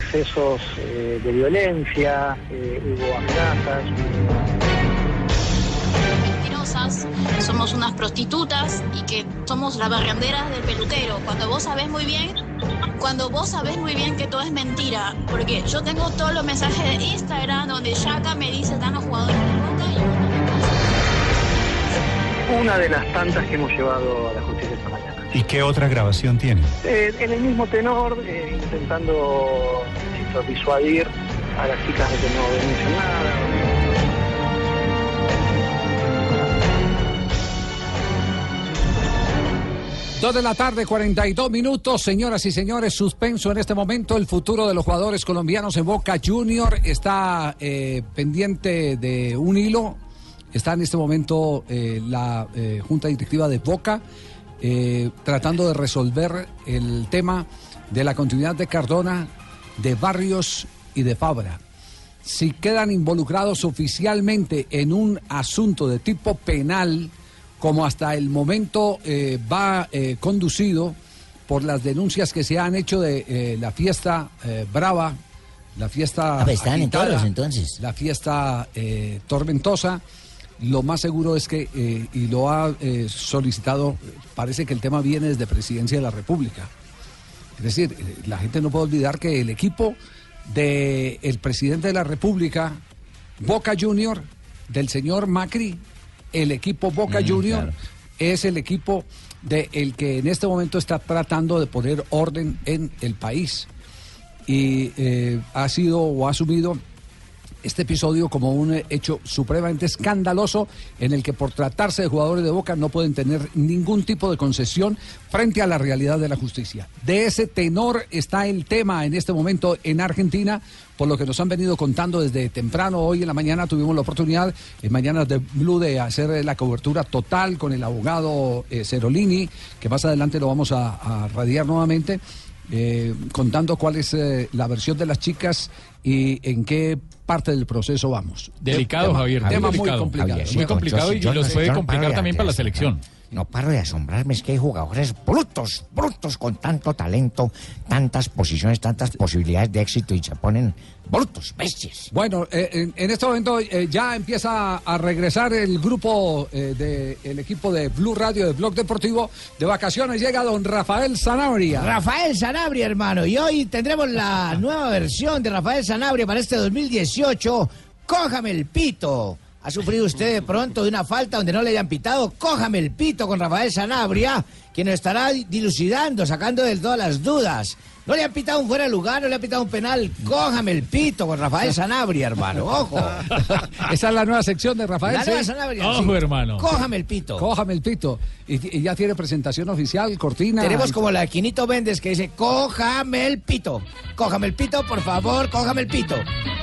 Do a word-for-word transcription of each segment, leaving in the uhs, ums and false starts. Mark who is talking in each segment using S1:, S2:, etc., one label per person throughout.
S1: excesos eh, de violencia, eh, hubo amenazas.
S2: Mentirosas, somos unas prostitutas y que somos las barrenderas del peluquero. Cuando vos sabés muy bien, cuando vos sabés muy bien que todo es mentira, porque yo tengo todos los mensajes de Instagram donde Yaka me dice están los jugadores de Boca y
S1: Una de las tantas que hemos llevado a la justicia esta mañana.
S3: ¿Y qué otra grabación tiene?
S1: Eh, en el mismo tenor, eh, intentando insisto, disuadir a las chicas de que no denuncien nada.
S4: Dos de la tarde, cuarenta y dos minutos. Señoras y señores, suspenso en este momento el futuro de los jugadores colombianos en Boca Junior. Está eh, pendiente de un hilo. Está en este momento eh, la eh, Junta Directiva de Boca eh, tratando de resolver el tema de la continuidad de Cardona, de Barrios y de Fabra. Si quedan involucrados oficialmente en un asunto de tipo penal, como hasta el momento eh, va eh, conducido por las denuncias que se han hecho de eh, la fiesta eh, brava, la fiesta
S5: ah, pues están
S4: agitada,
S5: en todos, entonces.
S4: la fiesta eh, tormentosa, lo más seguro es que, eh, y lo ha eh, solicitado, parece que el tema viene desde Presidencia de la República. Es decir, la gente no puede olvidar que el equipo del presidente de la República, Boca Junior, del señor Macri, el equipo Boca mm, Junior, claro. es el equipo de el que en este momento está tratando de poner orden en el país. Y eh, ha sido o ha asumido este episodio como un hecho supremamente escandaloso en el que por tratarse de jugadores de Boca no pueden tener ningún tipo de concesión frente a la realidad de la justicia. De ese tenor está el tema en este momento en Argentina, por lo que nos han venido contando desde temprano. Hoy en la mañana tuvimos la oportunidad, en Mañanas de Blue, de hacer la cobertura total con el abogado eh, Cerolini, que más adelante lo vamos a, a radiar nuevamente, eh, contando cuál es eh, la versión de las chicas y en qué parte del proceso vamos.
S6: Delicado,
S4: tema,
S6: Javier.
S4: Tema
S6: muy
S4: complicado.
S6: complicado.
S5: Javier,
S6: muy
S5: sí,
S6: complicado
S5: yo, yo,
S6: y los
S5: yo,
S6: puede
S5: yo no
S6: complicar
S5: paro
S6: también
S5: de,
S6: para la
S5: de,
S6: selección.
S5: No paro de asombrarme, es que hay jugadores brutos, brutos, con tanto talento, tantas posiciones, tantas posibilidades de éxito y se ponen brutos, bestias.
S4: Bueno, eh, en, en este momento eh, ya empieza a regresar el grupo eh, del equipo de Blue Radio, de Blog Deportivo, de vacaciones. Llega don Rafael Sanabria.
S7: Rafael Sanabria, hermano, y hoy tendremos la nueva versión de Rafael Sanabria para este dos mil dieciocho. Cójame el pito. ¿Ha sufrido usted de pronto de una falta donde no le hayan pitado? Cójame el pito con Rafael Sanabria, quien nos estará dilucidando, sacando de todas las dudas. No le han pitado un fuera de lugar, no le han pitado un penal. Cójame el pito con Rafael Sanabria, hermano. Ojo.
S4: Esa es la nueva sección de Rafael.
S7: La nueva Sanabria.
S6: Ojo, sí. hermano.
S7: Cójame el pito.
S4: Cójame el pito. Y, y ya tiene presentación oficial, cortina.
S7: Tenemos
S4: y...
S7: como la de Quinito Méndez que dice, cójame el pito. Cójame el pito, por favor, cójame el pito.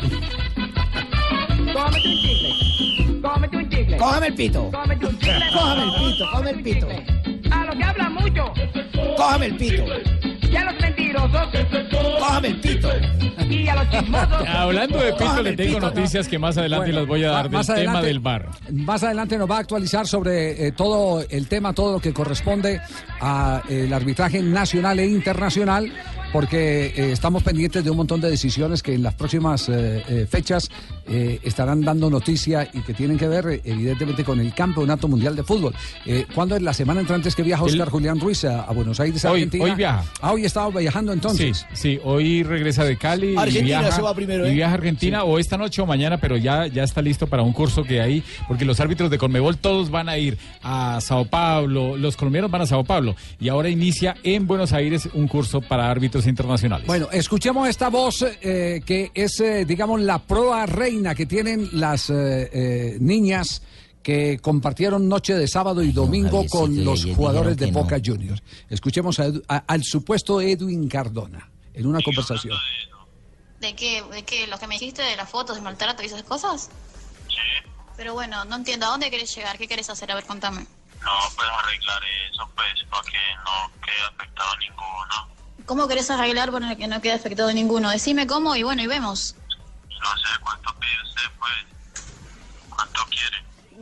S8: Cómete un chicle, cómete un chicle.
S7: Cójame el pito.
S8: Cómete un chicle.
S7: Cójame el pito, cójame el pito.
S8: A los que hablan mucho.
S7: Cójame el pito.
S8: Y a los mentirosos.
S7: Cójame el pito.
S8: Y a los chismosos.
S6: Hablando de pito,
S7: Cójame
S6: le
S7: el
S6: tengo
S7: pito,
S6: noticias
S7: no.
S6: que más adelante
S4: Bueno,
S6: las voy a dar
S4: más
S6: del
S4: adelante,
S6: tema del V A R.
S4: Más adelante nos va a actualizar sobre eh, todo el tema, todo lo que corresponde al arbitraje nacional e internacional, porque eh, estamos pendientes de un montón de decisiones que en las próximas eh, eh, fechas eh, estarán dando noticia y que tienen que ver, eh, evidentemente, con el Campeonato Mundial de Fútbol. Eh, ¿Cuándo es la semana entrante es que viaja Oscar el... Julián Ruiz a, a Buenos Aires,
S6: hoy,
S4: Argentina?
S6: Hoy viaja.
S4: Ah, hoy estaba viajando entonces.
S6: Sí, sí, hoy regresa de Cali.
S7: Argentina
S6: y viaja,
S7: se va primero, ¿eh?
S6: Y viaja a Argentina sí. o esta noche o mañana, pero ya, ya está listo para un curso que hay, porque los árbitros de Conmebol todos van a ir a Sao Paulo, los colombianos van a Sao Paulo, y ahora inicia en Buenos Aires un curso para árbitros internacionales.
S4: Bueno, escuchemos esta voz eh, que es, eh, digamos, la prueba reina que tienen las eh, eh, niñas que compartieron noche de sábado y domingo no, con los jugadores de Boca no. Juniors. Escuchemos a, a, al supuesto Edwin Cardona en una conversación.
S2: ¿De qué? ¿De qué? ¿Lo que me dijiste de las fotos de maltrato y esas cosas?
S9: Sí.
S2: Pero bueno, no entiendo. ¿A dónde querés llegar? ¿Qué querés hacer? A ver, contame.
S9: No, pues arreglar eso, pues, para que no quede afectado ninguno.
S2: ¿Cómo querés arreglar para que no quede afectado ninguno? Decime cómo y bueno, y vemos.
S9: No sé cuánto pide usted, pues. ¿Cuánto quiere?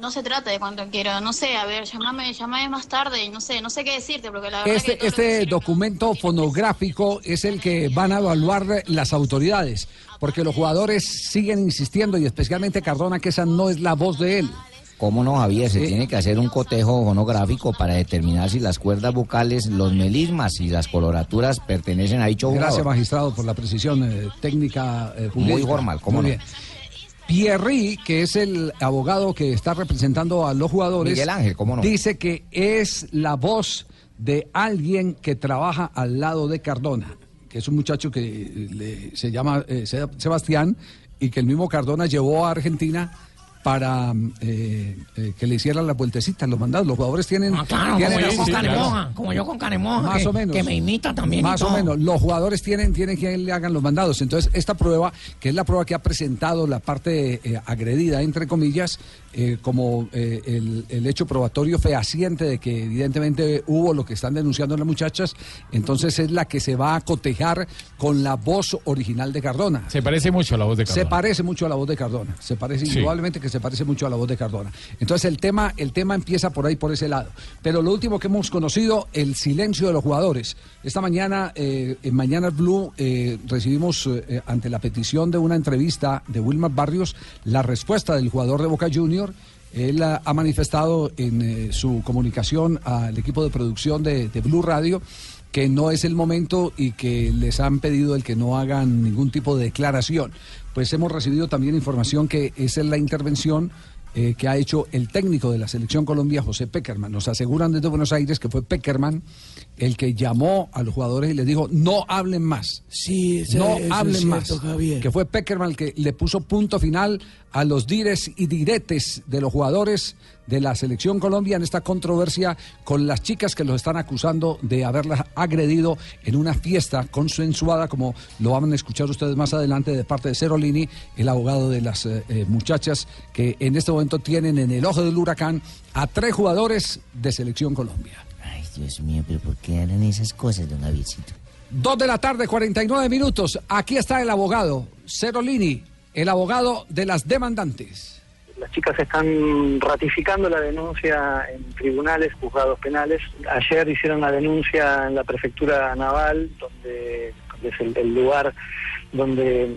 S2: no se trata de cuánto quiero, no sé, a ver, llámame, llámame más tarde, no sé, no sé qué decirte, porque la verdad
S4: Este,
S2: que todo lo que
S4: este
S2: quiero-
S4: documento fonográfico es el que van a evaluar las autoridades, porque los jugadores siguen insistiendo, y especialmente Cardona, que esa no es la voz de él.
S5: ¿Cómo no, Javier? Se
S4: Sí.
S5: tiene que hacer un cotejo fonográfico para determinar si las cuerdas vocales, los melismas y las coloraturas pertenecen a dicho jugador.
S4: Gracias, magistrado, por la precisión eh, técnica eh, jurídica.
S5: Muy formal, ¿cómo
S4: Muy
S5: no?
S4: bien. Pierri, que es el abogado que está representando a los jugadores,
S5: Miguel Ángel, ¿cómo no?
S4: dice que es la voz de alguien que trabaja al lado de Cardona, que es un muchacho que eh, le- se llama eh, Se- Sebastián, y que el mismo Cardona llevó a Argentina para eh, eh, que le hicieran las vueltecitas, los mandados. Los jugadores tienen...
S7: Ah, claro,
S4: tienen
S7: como yo
S4: así-
S7: con
S6: sí, claro.
S7: Canemoja, como yo con Canemoja,
S4: Más
S7: que,
S4: o menos.
S7: que me imita también. y
S4: Más o
S7: todo.
S4: menos. Los jugadores tienen, tienen que le hagan los mandados. Entonces, esta prueba, que es la prueba que ha presentado la parte eh, agredida, entre comillas, eh, como eh, el, el hecho probatorio fehaciente de que evidentemente hubo lo que están denunciando las muchachas, entonces es la que se va a cotejar con la voz original de Cardona.
S6: Se parece mucho a la voz de
S4: Se
S6: Cardona.
S4: parece mucho a la voz de Cardona, se parece
S6: Sí.
S4: indudablemente que se parece mucho a la voz de Cardona. Entonces el tema, el tema empieza por ahí, por ese lado. Pero lo último que hemos conocido, el silencio de los jugadores. Esta mañana, eh, en Mañana Blue, eh, recibimos eh, ante la petición de una entrevista de Wilmar Barrios, la respuesta del jugador de Boca Junior. Él ha, ha manifestado en eh, su comunicación al equipo de producción de, de Blue Radio que no es el momento y que les han pedido el que no hagan ningún tipo de declaración. Pues hemos recibido también información que esa es la intervención eh, que ha hecho el técnico de la Selección Colombia, José Peckerman. Nos aseguran desde Buenos Aires que fue Peckerman el que llamó a los jugadores y les dijo, no hablen más.
S10: Sí, eso-
S4: no
S10: eso es
S4: hablen
S10: cierto,
S4: más.
S10: Javier.
S4: Que fue Peckerman el que le puso punto final a los dires y diretes de los jugadores de la Selección Colombia en esta controversia con las chicas que los están acusando de haberlas agredido en una fiesta consensuada, como lo van a escuchar ustedes más adelante de parte de Cerolini, el abogado de las eh, eh, muchachas que en este momento tienen en el ojo del huracán a tres jugadores de Selección Colombia.
S5: Ay, Dios mío, pero ¿por qué harán esas cosas, don Javiercito?
S4: Dos de la tarde, cuarenta y nueve minutos. Aquí está el abogado, Cerolini, el abogado de las demandantes.
S1: Las chicas están ratificando la denuncia en tribunales, juzgados penales. Ayer hicieron la denuncia en la prefectura naval, donde es el, el lugar donde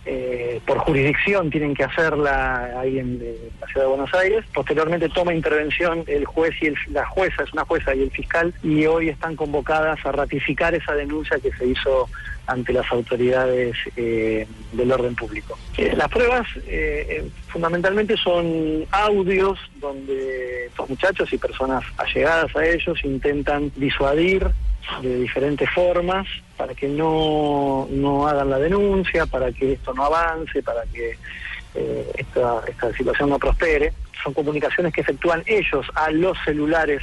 S1: eh, por jurisdicción tienen que hacerla ahí en eh, la ciudad de Buenos Aires. Posteriormente toma intervención el juez y el, la jueza, es una jueza y el fiscal, y hoy están convocadas a ratificar esa denuncia que se hizo ante las autoridades eh, del orden público. Eh, las pruebas eh, eh, fundamentalmente son audios donde estos muchachos y personas allegadas a ellos intentan disuadir de diferentes formas para que no, no hagan la denuncia, para que esto no avance, para que eh, esta, esta situación no prospere. Son comunicaciones que efectúan ellos a los celulares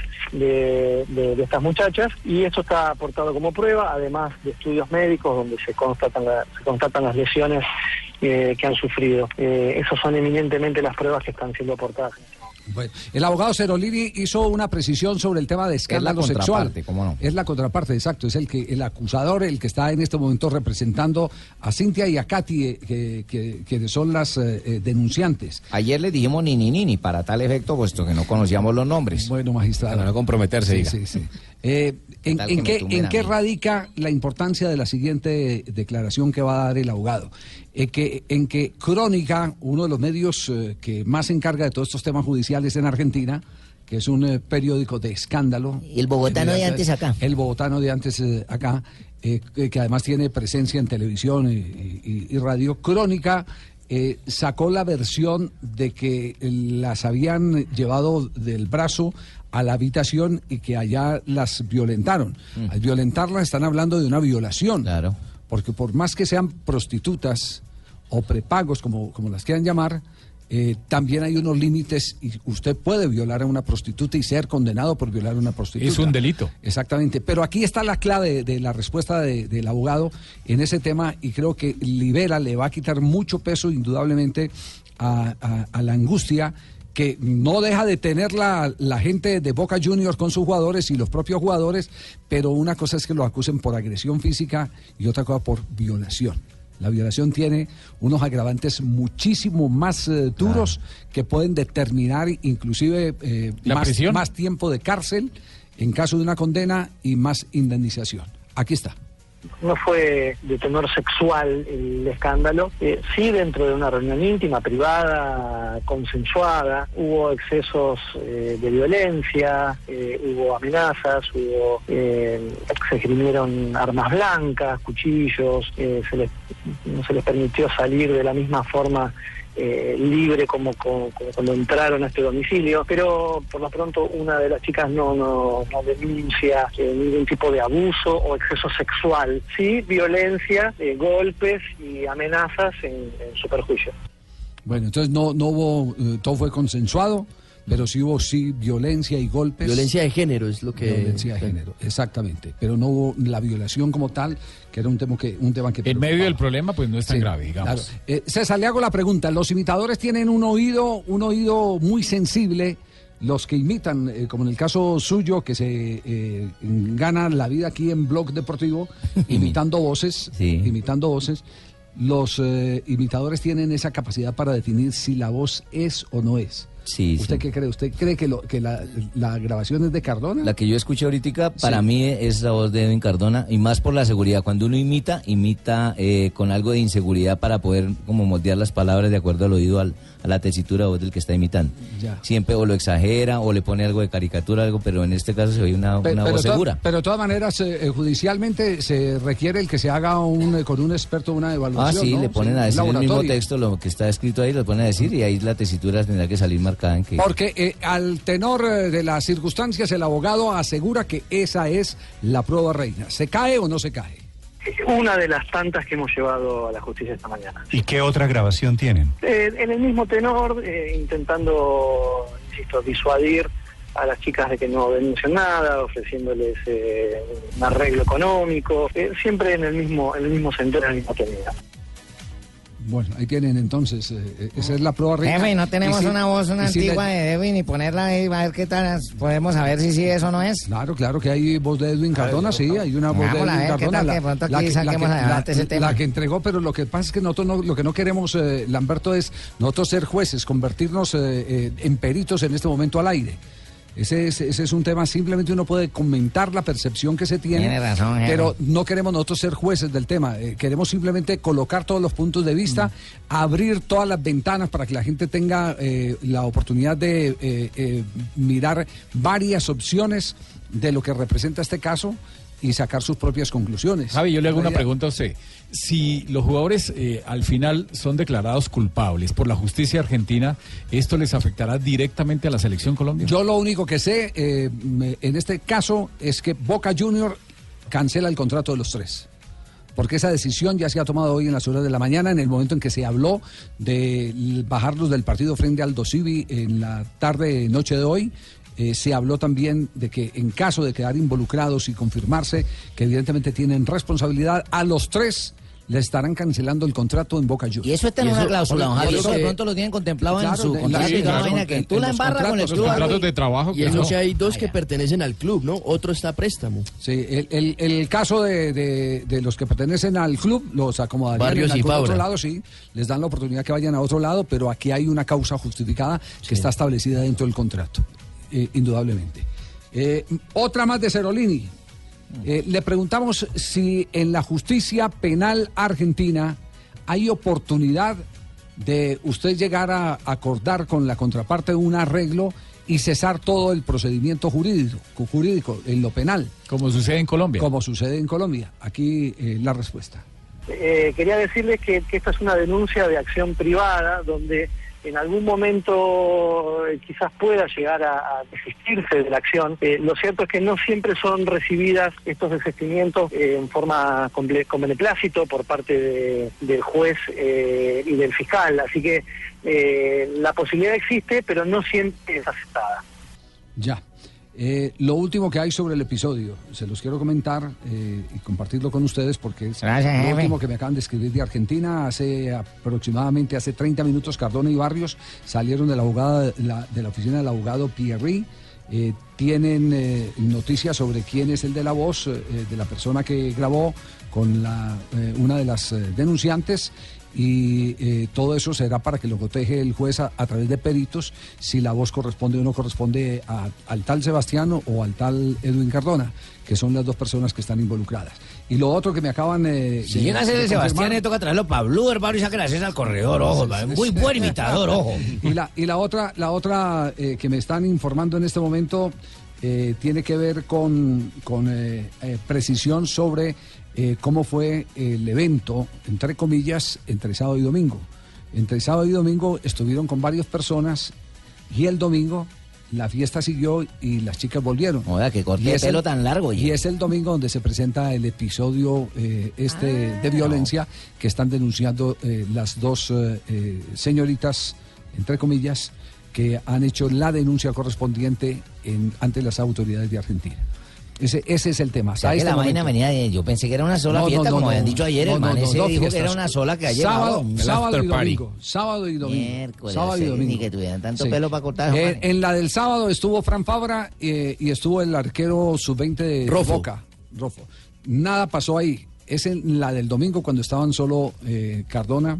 S1: de, de, de estas muchachas, y esto está aportado como prueba, además de estudios médicos donde se constatan, la, se constatan las lesiones eh, que han sufrido. Eh, esas son eminentemente las pruebas que están siendo aportadas.
S4: Bueno, el abogado Cerolini hizo una precisión sobre el tema de escándalo
S5: Es la
S4: sexual.
S5: contraparte, ¿cómo no?
S4: Es la contraparte, exacto. Es el que el acusador, el que está en este momento representando a Cintia y a Katy, eh, que, que, que son las eh, eh, denunciantes.
S5: Ayer le dijimos ni ni ni ni para tal efecto, puesto que no conocíamos los nombres.
S4: Bueno, magistrado.
S6: Para no comprometerse,
S4: Sí,
S6: diga.
S4: sí, sí. Eh, ¿En,
S5: tal
S4: en
S5: que me
S4: qué,
S5: tumben
S4: en
S5: a
S4: qué
S5: mí?
S4: radica la importancia de la siguiente declaración que va a dar el abogado? Eh, que, en que Crónica, uno de los medios eh, que más se encarga de todos estos temas judiciales en Argentina, que es un eh, periódico de escándalo.
S7: El bogotano de antes acá.
S4: El bogotano de antes eh, acá, eh, que, que además tiene presencia en televisión y, y- y radio. Crónica eh, sacó la versión de que las habían llevado del brazo a la habitación y que allá las violentaron.
S5: Mm.
S4: Al violentarlas están hablando de una violación.
S5: Claro.
S4: Porque por más que sean prostitutas o prepagos, como, como las quieran llamar, eh, también hay unos límites y usted puede violar a una prostituta y ser condenado por violar a una prostituta.
S6: Es un delito.
S4: Exactamente. Pero aquí está la clave de, de la respuesta de- del abogado en ese tema, y creo que libera, le va a quitar mucho peso indudablemente a, a- a la angustia que no deja de tener la, la gente de Boca Juniors con sus jugadores y los propios jugadores, pero una cosa es que lo acusen por agresión física y otra cosa por violación. La violación tiene unos agravantes muchísimo más eh, duros ah. que pueden determinar inclusive eh, más, más tiempo de cárcel en caso de una condena y más indemnización. Aquí está.
S1: No fue de tenor sexual el escándalo, eh, sí dentro de una reunión íntima, privada, consensuada, hubo excesos eh, de violencia, eh, hubo amenazas, hubo eh, se esgrimieron armas blancas, cuchillos, eh, se les, no se les permitió salir de la misma forma Eh, libre como, como, como cuando entraron a este domicilio, pero por lo pronto una de las chicas no no, no denuncia eh, ningún tipo de abuso o exceso sexual, sí violencia, eh, golpes y amenazas en, en su perjuicio.
S4: Bueno, entonces no no hubo, eh, todo fue consensuado, pero sí hubo sí violencia y golpes.
S10: Violencia de género es lo que...
S4: Violencia de género, exactamente. Pero no hubo la violación como tal, que era un tema que... Un tema que
S6: en medio del problema, pues no es tan sí, grave, digamos.
S4: Claro. Eh, César, le hago la pregunta. Los imitadores tienen un oído, un oído muy sensible. Los que imitan, eh, como en el caso suyo, que se eh, gana la vida aquí en Blog Deportivo, imitando voces, sí. imitando voces. Los eh, imitadores tienen esa capacidad para definir si la voz es o no es.
S10: Sí,
S4: ¿Usted
S10: sí.
S4: qué cree? ¿Usted cree que, lo, que la, la grabación es de Cardona?
S10: La que yo escuché ahorita, para
S4: sí.
S10: mí es la voz de Edwin Cardona, y más por la seguridad. Cuando uno imita, imita eh, con algo de inseguridad para poder como moldear las palabras de acuerdo al oído, al, a la tesitura de voz del que está imitando.
S4: Ya.
S10: Siempre o lo exagera o le pone algo de caricatura, algo, pero en este caso se oye una,
S4: Pe-
S10: una
S4: pero
S10: voz
S4: to-
S10: segura.
S4: Pero de todas maneras, eh, judicialmente se requiere el que se haga un, con un experto una evaluación.
S10: Ah, sí,
S4: ¿no?
S10: le ponen
S4: sí,
S10: a decir el mismo
S4: laboratorio.
S10: texto, lo que está escrito ahí, lo ponen a decir, y ahí la tesitura tendrá que salir marcada en que...
S4: Porque eh, al tenor eh, de las circunstancias, el abogado asegura que esa es la prueba reina. ¿Se cae o no se cae?
S1: Una de las tantas que hemos llevado a la justicia esta mañana.
S3: ¿Y qué otra grabación tienen?
S1: Eh, en el mismo tenor, eh, intentando, insisto, disuadir a las chicas de que no denuncien nada, ofreciéndoles eh, un arreglo económico, eh, siempre en el mismo en el mismo sentido, en el mismo tenor.
S4: Bueno, ahí tienen entonces, eh, esa es la prueba reina.
S7: Jefe, no tenemos
S4: si,
S7: una voz una antigua
S4: si le...
S7: de Edwin y ponerla ahí, a ver qué tal, podemos saber si sí es o no es.
S4: Claro, claro que hay voz de Edwin Cardona, sí, hay una voz de Edwin
S7: ver,
S4: Cardona.
S7: Tal, la, la, que, la, que, la,
S4: la, la que entregó, pero lo que pasa es que nosotros no, lo que no queremos, eh, Lamberto, es nosotros ser jueces, convertirnos eh, eh, en peritos en este momento al aire. Ese es, ese es un tema, simplemente uno puede comentar la percepción que se tiene,
S7: tiene razón,
S4: pero no queremos nosotros ser jueces del tema, eh, queremos simplemente colocar todos los puntos de vista, mm. abrir todas las ventanas para que la gente tenga eh, la oportunidad de eh, eh, mirar varias opciones de lo que representa este caso y sacar sus propias conclusiones.
S6: Javi, yo le hago una pregunta a usted. Si los jugadores eh, al final son declarados culpables por la justicia argentina, ¿esto les afectará directamente a la selección Colombia?
S4: Yo lo único que sé eh, en este caso es que Boca Junior cancela el contrato de los tres. Porque esa decisión ya se ha tomado hoy en las horas de la mañana, en el momento en que se habló de bajarlos del partido frente al Dosivi en la tarde, noche de hoy. Eh, se habló también de que en caso de quedar involucrados y confirmarse que evidentemente tienen responsabilidad, a los tres le estarán cancelando el contrato en Boca Juniors.
S7: Y eso está en una cláusula, don Javi, eso de pronto lo tienen contemplado claro, en su de, contrato, sí, claro, vaina que tú la embarras con el club.
S6: Contratos de trabajo.
S10: Y eso no. Que hay dos que pertenecen al club, ¿no? Otro está a préstamo.
S4: Sí, el, el, el caso de, de, de los que pertenecen al club, los acomodarían
S10: Barrios
S4: en
S10: y Fabra.
S4: otro lado, sí, les dan la oportunidad que vayan a otro lado, pero aquí hay una causa justificada que sí. está establecida dentro del contrato. Eh, indudablemente. Eh, otra más de Cerolini. Eh, le preguntamos si en la justicia penal argentina hay oportunidad de usted llegar a acordar con la contraparte un arreglo y cesar todo el procedimiento jurídico, jurídico en lo penal.
S6: Como sucede en Colombia.
S4: Como sucede en Colombia. Aquí eh, la respuesta.
S1: Eh, quería decirles que, que esta es una denuncia de acción privada donde en algún momento eh, quizás pueda llegar a, a desistirse de la acción. Eh, lo cierto es que no siempre son recibidas estos desistimientos eh, en forma con, con beneplácito por parte de, del juez eh, y del fiscal. Así que eh, la posibilidad existe, pero no siempre es aceptada.
S4: Ya. Eh, lo último que hay sobre el episodio, se los quiero comentar eh, y compartirlo con ustedes porque es
S7: Gracias,
S4: lo
S7: jefe.
S4: último que me acaban de escribir de Argentina. Hace aproximadamente, hace treinta minutos, Cardona y Barrios salieron de la, abogada, la, de la oficina del abogado Pierri. Eh, tienen eh, noticias sobre quién es el de la voz, eh, de la persona que grabó con la, eh, una de las eh, denunciantes. Y eh, todo eso será para que lo coteje el juez a, a través de peritos, si la voz corresponde o no corresponde a, al tal Sebastiano o al tal Edwin Cardona, que son las dos personas que están involucradas. Y lo otro que me acaban eh,
S7: si llega a ser el Sebastián, le toca traerlo para Blue, hermano, y saque la cena al corredor, ojo, muy buen imitador, ojo.
S4: Y la, y la otra, la otra eh, que me están informando en este momento eh, tiene que ver con, con eh, eh, precisión sobre Eh, cómo fue el evento, entre comillas, entre sábado y domingo. Entre sábado y domingo estuvieron con varias personas y el domingo la fiesta siguió y las chicas volvieron.
S7: Oiga, que corte de pelo tan largo.
S4: Y es el domingo donde se presenta el episodio eh, este ah, de violencia no. que están denunciando eh, las dos eh, eh, señoritas, entre comillas, que han hecho la denuncia correspondiente en, ante las autoridades de Argentina. Ese, ese es el tema.
S7: O sea, que este la vaina venía de, yo pensé que era una sola no, fiesta, no, no, como no, habían dicho ayer, no, el man no, ese no, dijo fiestas. Que era una sola que ha
S4: sábado,
S7: llegado.
S4: Sábado y domingo. Sábado y domingo.
S7: Miércoles,
S4: sábado y domingo.
S7: Ni que tuvieran tanto sí. pelo para cortar.
S4: Eh, en la del sábado estuvo Fran Fabra eh, y estuvo el arquero sub veinte de
S11: Rofo.
S4: Boca. Rofo. Nada pasó ahí. Es en la del domingo cuando estaban solo eh, Cardona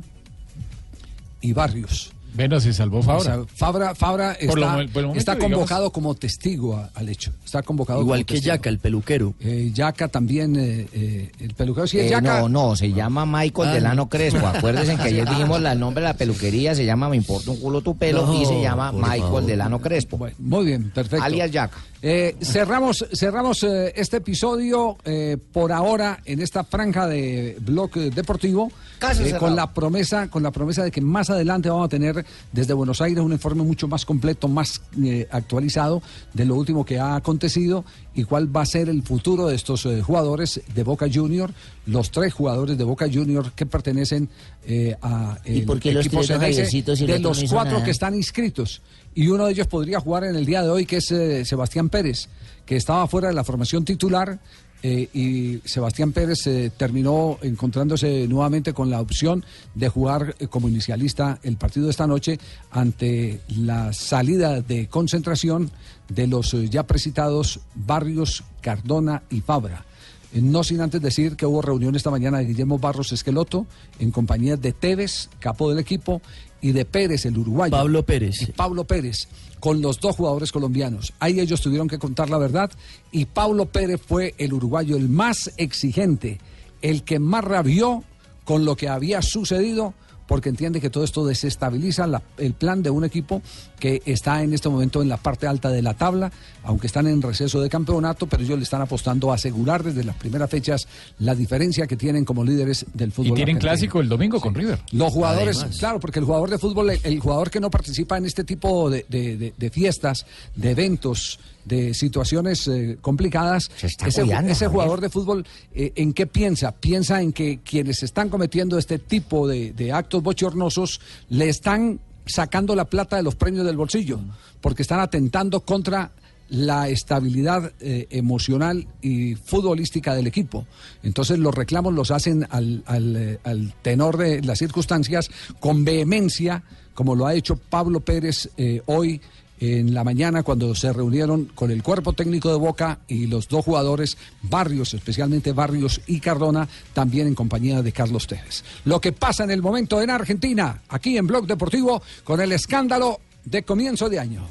S4: y Barrios.
S6: Bueno, se salvó Fabra. O sea,
S4: Fabra, Fabra está, lo, está convocado digamos. como testigo a, al hecho. Está convocado
S11: igual
S4: como
S11: que Yaca, el peluquero.
S4: Eh, Yaca también, eh, eh, el peluquero sí es
S7: eh,
S4: Yaca.
S7: No, no, se llama Michael ah, Delano Crespo. Acuérdense que ayer dijimos el nombre de la peluquería, se llama Me importa un culo tu pelo no, y se llama Michael favor. Delano Crespo.
S4: Bueno, muy bien, perfecto.
S7: Alias Yaca.
S4: Eh, cerramos cerramos eh, este episodio eh, por ahora en esta franja de Blog Deportivo eh, con la promesa con la promesa de que más adelante vamos a tener desde Buenos Aires un informe mucho más completo, más eh, actualizado de lo último que ha acontecido y cuál va a ser el futuro de estos eh, jugadores de Boca Junior, los tres jugadores de Boca Junior que pertenecen eh, a el
S7: ¿Y por qué
S4: equipo
S7: los
S4: de de los cuatro nada? que están inscritos. Y uno de ellos podría jugar en el día de hoy, que es eh, Sebastián Pérez, que estaba fuera de la formación titular eh, y Sebastián Pérez eh, terminó encontrándose nuevamente con la opción de jugar eh, como inicialista el partido de esta noche ante la salida de concentración de los eh, ya precitados Barrios, Cardona y Fabra. No sin antes decir que hubo reunión esta mañana de Guillermo Barros Esqueloto en compañía de Tevez, capo del equipo, y de Pérez, el uruguayo.
S11: Pablo Pérez.
S4: Y Pablo Pérez, con los dos jugadores colombianos. Ahí ellos tuvieron que contar la verdad y Pablo Pérez fue el uruguayo el más exigente, el que más rabió con lo que había sucedido, porque entiende que todo esto desestabiliza la, el plan de un equipo que está en este momento en la parte alta de la tabla, aunque están en receso de campeonato, pero ellos le están apostando a asegurar desde las primeras fechas la diferencia que tienen como líderes del fútbol.
S6: Y tienen
S4: argentino.
S6: Clásico el domingo sí. con River.
S4: Los jugadores, Además. claro, porque el jugador de fútbol, el jugador que no participa en este tipo de, de, de, de fiestas, de eventos, de situaciones eh, complicadas, ese, cuidando, ese jugador de fútbol, eh, ¿en qué piensa? Piensa en que quienes están cometiendo este tipo de, de actos bochornosos le están sacando la plata de los premios del bolsillo, porque están atentando contra la estabilidad eh, emocional y futbolística del equipo. Entonces los reclamos los hacen al, al, eh, al tenor de las circunstancias con vehemencia, como lo ha hecho Pablo Pérez eh, hoy en la mañana cuando se reunieron con el cuerpo técnico de Boca y los dos jugadores, Barrios, especialmente Barrios y Cardona, también en compañía de Carlos Tevez. Lo que pasa en el momento en Argentina, aquí en Blog Deportivo, con el escándalo de comienzo de año.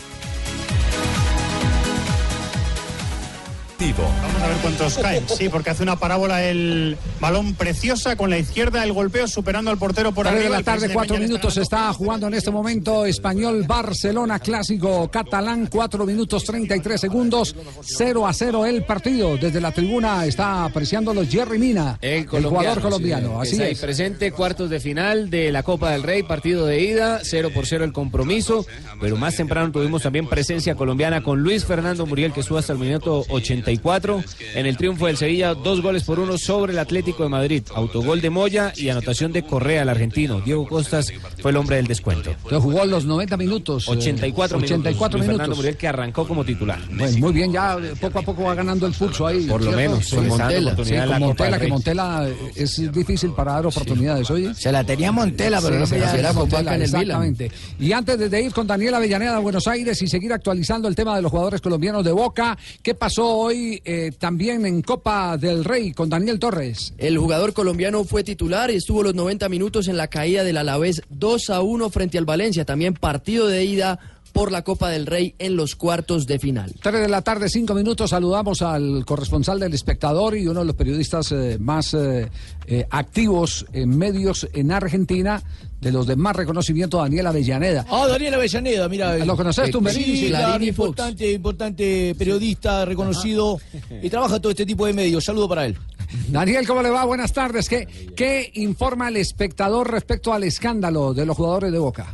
S12: Vamos a ver cuántos caen. Sí, porque hace una parábola el balón preciosa con la izquierda, el golpeo superando al portero por arriba.
S4: de la tarde, cuatro minutos, se está jugando en este momento Español Barcelona, clásico catalán, cuatro minutos treinta y tres segundos, cero a cero el partido. Desde la tribuna está apreciándolo Jerry Mina, el, el jugador colombiano.
S13: Sí,
S4: así
S13: es.
S4: es.
S13: Presente, cuartos de final de la Copa del Rey, partido de ida, cero por cero el compromiso, pero más temprano tuvimos también presencia colombiana con Luis Fernando Muriel, que sube hasta el minuto ochenta y cuatro en el triunfo del Sevilla, dos goles por uno sobre el Atlético de Madrid, autogol de Moya y anotación de Correa, el argentino. Diego Costas fue el hombre del descuento.
S4: Entonces jugó los noventa minutos.
S13: ochenta y cuatro,
S4: ochenta y cuatro
S13: minutos. Luis
S4: minutos.
S13: Fernando Muriel, que arrancó como titular.
S4: Bueno, muy bien, ya poco a poco va ganando el pulso ahí.
S13: Por lo menos,
S4: sí,
S13: con Montela.
S4: Sí, con Montela, que Montela es difícil para dar oportunidades, sí. Oye.
S7: Se la tenía Montela, pero sí, no se la era Montela en el
S4: exactamente. Milan. Y antes de ir con Daniel Avellaneda a Buenos Aires y seguir actualizando el tema de los jugadores colombianos de Boca, ¿qué pasó hoy hoy eh, también en Copa del Rey con Daniel Torres.
S11: El jugador colombiano fue titular y estuvo los noventa minutos en la caída del Alavés dos a uno frente al Valencia. También partido de ida por la Copa del Rey en los cuartos de final.
S4: Tres de la tarde, cinco minutos. Saludamos al corresponsal del Espectador y uno de los periodistas eh, más eh, eh, activos en medios en Argentina, de los de más reconocimiento, Daniel Avellaneda.
S14: Ah, Daniel Avellaneda, mira.
S4: ¿Lo conoces tú,
S14: Sí, sí, claro, importante, importante periodista, reconocido, y trabaja todo este tipo de medios. Saludo para él.
S4: Daniel, ¿cómo le va? Buenas tardes. ¿Qué, qué informa el Espectador respecto al escándalo de los jugadores de Boca?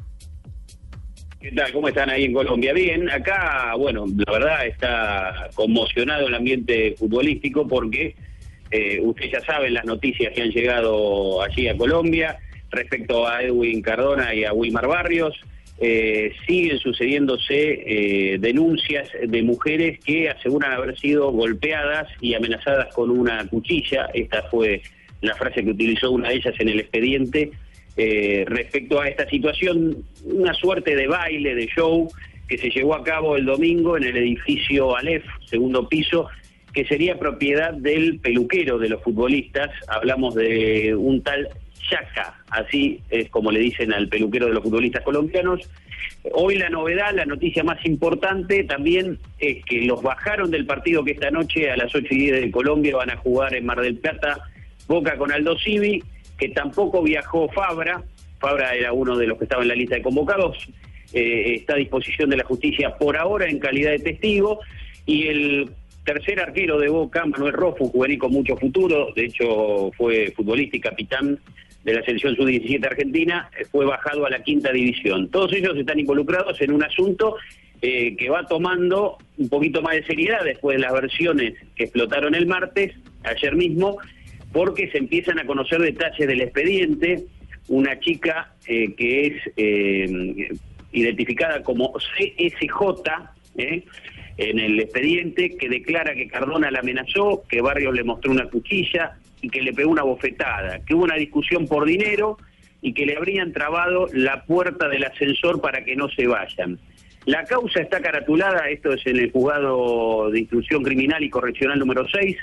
S15: ¿Qué tal? ¿Cómo están ahí en Colombia? Bien, acá, bueno, la verdad está conmocionado el ambiente futbolístico porque eh, usted ya sabe las noticias que han llegado allí a Colombia respecto a Edwin Cardona y a Wilmar Barrios. Eh, siguen sucediéndose eh, denuncias de mujeres que aseguran haber sido golpeadas y amenazadas con una cuchilla. Esta fue la frase que utilizó una de ellas en el expediente. Eh, respecto a esta situación, una suerte de baile, de show que se llevó a cabo el domingo en el edificio Aleph, segundo piso, que sería propiedad del peluquero de los futbolistas. Hablamos de un tal Chaca, así es como le dicen al peluquero de los futbolistas colombianos. Hoy la novedad, la noticia más importante también es que los bajaron del partido que esta noche a las ocho y diez de Colombia van a jugar en Mar del Plata, Boca con Aldo Civi, que tampoco viajó Fabra. Fabra era uno de los que estaba en la lista de convocados, eh, está a disposición de la justicia por ahora en calidad de testigo, y el tercer arquero de Boca, Manuel Roffo, juvenil con mucho futuro, de hecho fue futbolista y capitán de la selección sub diecisiete argentina, fue bajado a la quinta división. Todos ellos están involucrados en un asunto eh, que va tomando un poquito más de seriedad después de las versiones que explotaron el martes, ayer mismo, porque se empiezan a conocer detalles del expediente. Una chica eh, que es eh, identificada como C S J eh, en el expediente, que declara que Cardona la amenazó, que Barrios le mostró una cuchilla y que le pegó una bofetada, que hubo una discusión por dinero y que le habrían trabado la puerta del ascensor para que no se vayan. La causa está caratulada, esto es en el juzgado de instrucción criminal y correccional número seis,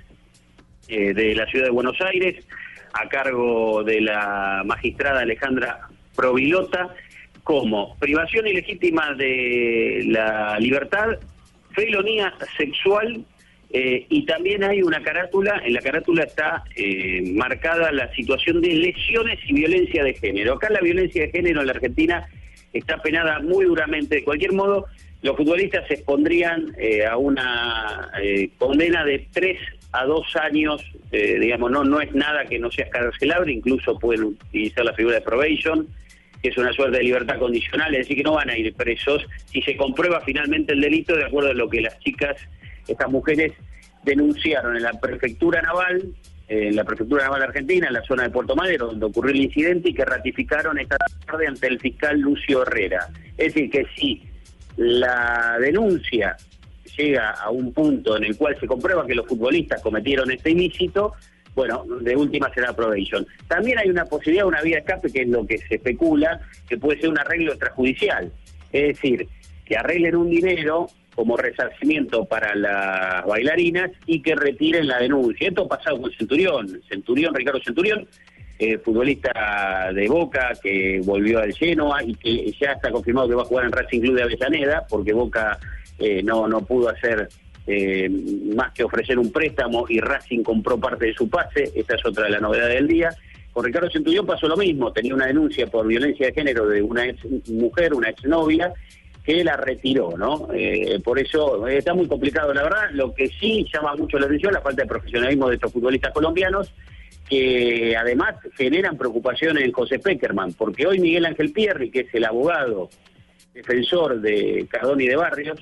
S15: de la ciudad de Buenos Aires, a cargo de la magistrada Alejandra Provilota, como privación ilegítima de la libertad, felonía sexual, eh, y también hay una carátula, en la carátula está eh, marcada la situación de lesiones y violencia de género. Acá la violencia de género en la Argentina está penada muy duramente. De cualquier modo, los futbolistas se expondrían eh, a una eh, condena de tres a dos años, eh, digamos, no no es nada que no sea carcelable, incluso pueden utilizar la figura de probation, que es una suerte de libertad condicional, es decir, que no van a ir presos si se comprueba finalmente el delito, de acuerdo a lo que las chicas, estas mujeres, denunciaron en la prefectura naval, eh, en la prefectura naval argentina, en la zona de Puerto Madero, donde ocurrió el incidente, y que ratificaron esta tarde ante el fiscal Lucio Herrera. Es decir, que si la denuncia llega a un punto en el cual se comprueba que los futbolistas cometieron este ilícito, bueno, de última será probation. También hay una posibilidad, una vía de escape, que es lo que se especula, que puede ser un arreglo extrajudicial. Es decir, que arreglen un dinero como resarcimiento para las bailarinas y que retiren la denuncia. Esto ha pasado con Centurión, Centurión, Ricardo Centurión, eh, futbolista de Boca, que volvió al Genoa y que ya está confirmado que va a jugar en Racing Club de Avellaneda, porque Boca Eh, no no pudo hacer eh, más que ofrecer un préstamo y Racing compró parte de su pase. Esta es otra de las novedades del día. Con Ricardo Centurión pasó lo mismo, tenía una denuncia por violencia de género de una ex mujer, una ex novia, que la retiró, ¿no? Eh, por eso eh, está muy complicado, la verdad. Lo que sí llama mucho la atención, la falta de profesionalismo de estos futbolistas colombianos, que además generan preocupación en José Peckerman, porque hoy Miguel Ángel Pierri, que es el abogado defensor de Cardona y de Barrios,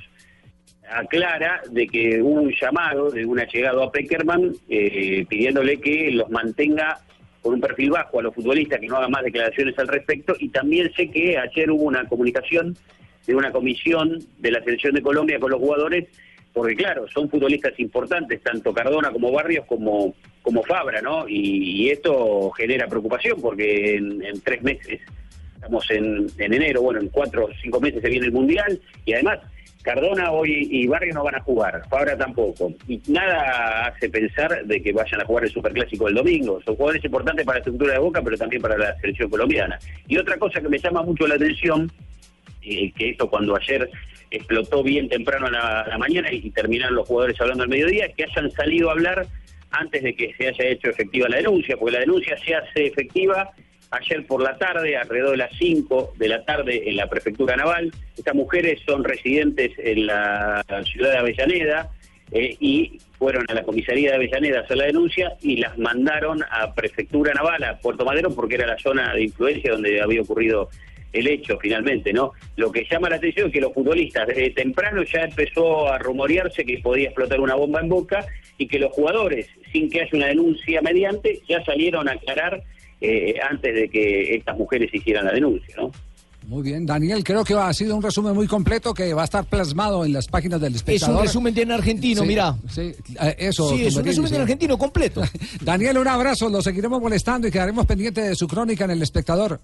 S15: aclara de que hubo un llamado de un allegado a Peckerman eh, pidiéndole que los mantenga con un perfil bajo a los futbolistas, que no hagan más declaraciones al respecto. Y también sé que ayer hubo una comunicación de una comisión de la selección de Colombia con los jugadores, porque claro, son futbolistas importantes, tanto Cardona como Barrios como, como Fabra, ¿no? Y, y esto genera preocupación, porque en, en tres meses, estamos en, en enero, bueno, en cuatro o cinco meses se viene el Mundial, y además Cardona hoy y Barrio no van a jugar, Fabra tampoco. Y nada hace pensar de que vayan a jugar el Superclásico el domingo. Son jugadores importantes para la estructura de Boca, pero también para la selección colombiana. Y otra cosa que me llama mucho la atención, eh, que esto cuando ayer explotó bien temprano a la, a la mañana y, y terminaron los jugadores hablando al mediodía, es que hayan salido a hablar antes de que se haya hecho efectiva la denuncia, porque la denuncia se hace efectiva ayer por la tarde, alrededor de las cinco de la tarde en la Prefectura Naval. Estas mujeres son residentes en la ciudad de Avellaneda eh, y fueron a la comisaría de Avellaneda a hacer la denuncia y las mandaron a Prefectura Naval, a Puerto Madero, porque era la zona de influencia donde había ocurrido el hecho finalmente, ¿no? Lo que llama la atención es que los futbolistas desde temprano ya empezó a rumorearse que podía explotar una bomba en Boca y que los jugadores, sin que haya una denuncia mediante, ya salieron a aclarar eh, antes de que estas mujeres hicieran la denuncia, ¿no?
S4: Muy bien, Daniel, creo que ha sido un resumen muy completo que va a estar plasmado en las páginas del Espectador.
S14: Es un resumen en argentino,
S4: sí,
S14: mira.
S4: Sí, eh, eso.
S14: Sí, es un resumen en argentino completo.
S4: Daniel, un abrazo, lo seguiremos molestando y quedaremos pendientes de su crónica en el Espectador.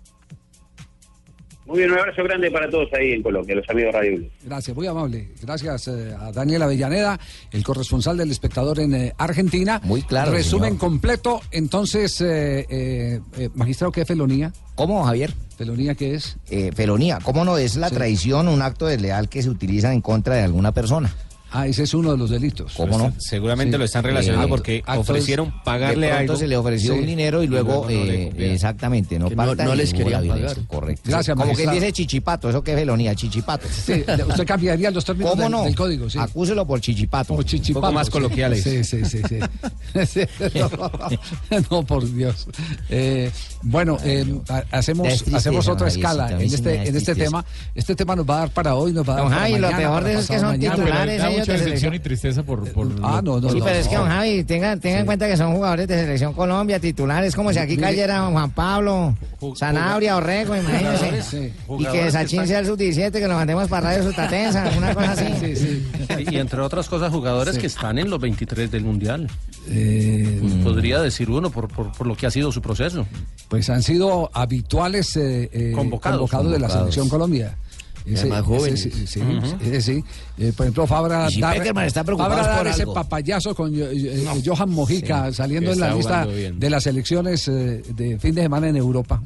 S15: Muy bien, un abrazo grande para todos ahí en Colombia, los amigos Radio Blue.
S4: Gracias, muy amable. Gracias eh, a Daniel Avellaneda, el corresponsal del Espectador en eh, Argentina.
S5: Muy claro,
S4: resumen
S5: señor.
S4: completo. Entonces, eh, eh, eh, magistrado, ¿qué es felonía?
S5: ¿Cómo, Javier?
S4: ¿Felonía qué es?
S5: Eh, felonía, ¿cómo no? Es la
S4: Sí.
S5: traición, un acto desleal que se utiliza en contra de alguna persona.
S4: Ah, ese es uno de los delitos.
S5: ¿Cómo no?
S13: Seguramente
S4: Sí.
S13: lo están relacionando
S5: Eh,
S13: porque
S5: actos-
S13: ofrecieron pagarle
S5: de pronto
S13: algo.
S5: se le ofreció
S4: Sí.
S5: un dinero y luego,
S13: Y luego no le
S5: eh,
S13: cumplieron.
S5: exactamente, no
S14: Que no-
S5: falta
S14: no les
S5: ninguna
S14: querían
S5: violencia.
S14: pagar.
S5: Correcto.
S4: Gracias,
S5: Como que
S4: magistrado.
S5: dice chichipato, ¿eso qué es felonía? Chichipato.
S4: Sí, usted cambiaría los términos
S5: ¿Cómo
S4: del,
S5: no?
S4: del código, sí.
S5: Acúselo por chichipato.
S4: O chichipato,
S13: Un poco más
S4: sí.
S13: coloquiales.
S4: Sí, sí, sí. sí. Sí, no, no, por Dios. Eh, bueno, eh, ha- hacemos,
S5: Da tristeza,
S4: hacemos otra
S5: Javiercito,
S4: escala
S5: a
S4: en
S5: mí sí
S4: este,
S5: me da
S4: en este
S5: tristeza.
S4: tema. Este tema nos va a dar para hoy, nos va a dar
S5: Don
S4: para
S5: Javi, lo
S4: mañana,
S5: peor
S4: para
S5: de eso es que
S4: pasado
S5: son
S4: mañana.
S5: titulares.
S6: Da
S5: ellos
S6: mucha
S5: de
S6: decepción
S5: selección.
S6: y tristeza por... por
S4: Ah,
S6: lo-
S4: no, no,
S5: Sí,
S4: no,
S5: pero es que,
S4: no.
S5: don Javi, tengan, tengan en cuenta que son jugadores de Selección Colombia, titulares, como si aquí
S4: Mire-
S5: cayera don Juan Pablo, Sanabria, Orrego, imagínense.
S4: Sí.
S5: Y que Sachin sea el sub diecisiete, que lo mandemos para Radio Sutatensa, una cosa así.
S4: Sí, sí.
S16: Y, y entre otras cosas, jugadores
S4: Sí.
S16: que están en los veintitrés del Mundial.
S4: Eh,
S16: Podría decir uno por, por, por lo que ha sido su proceso.
S4: Pues han sido habituales eh, eh,
S16: Convocados.
S4: convocados de la
S5: Convocados.
S4: Selección Colombia. Ese,
S14: más jóvenes.
S4: ese sí, sí,
S16: Ujú.
S4: ese sí. Eh, por ejemplo, Fabra
S14: Y si
S4: dar,
S14: Peckerman está preocupado
S4: Fabra dar
S14: por
S4: ese
S14: algo.
S4: papayazo con eh, eh, Johan Mojica saliendo
S13: que
S4: en la
S13: está
S4: lista
S13: jugando bien.
S4: de las selecciones eh, de fin de semana en Europa,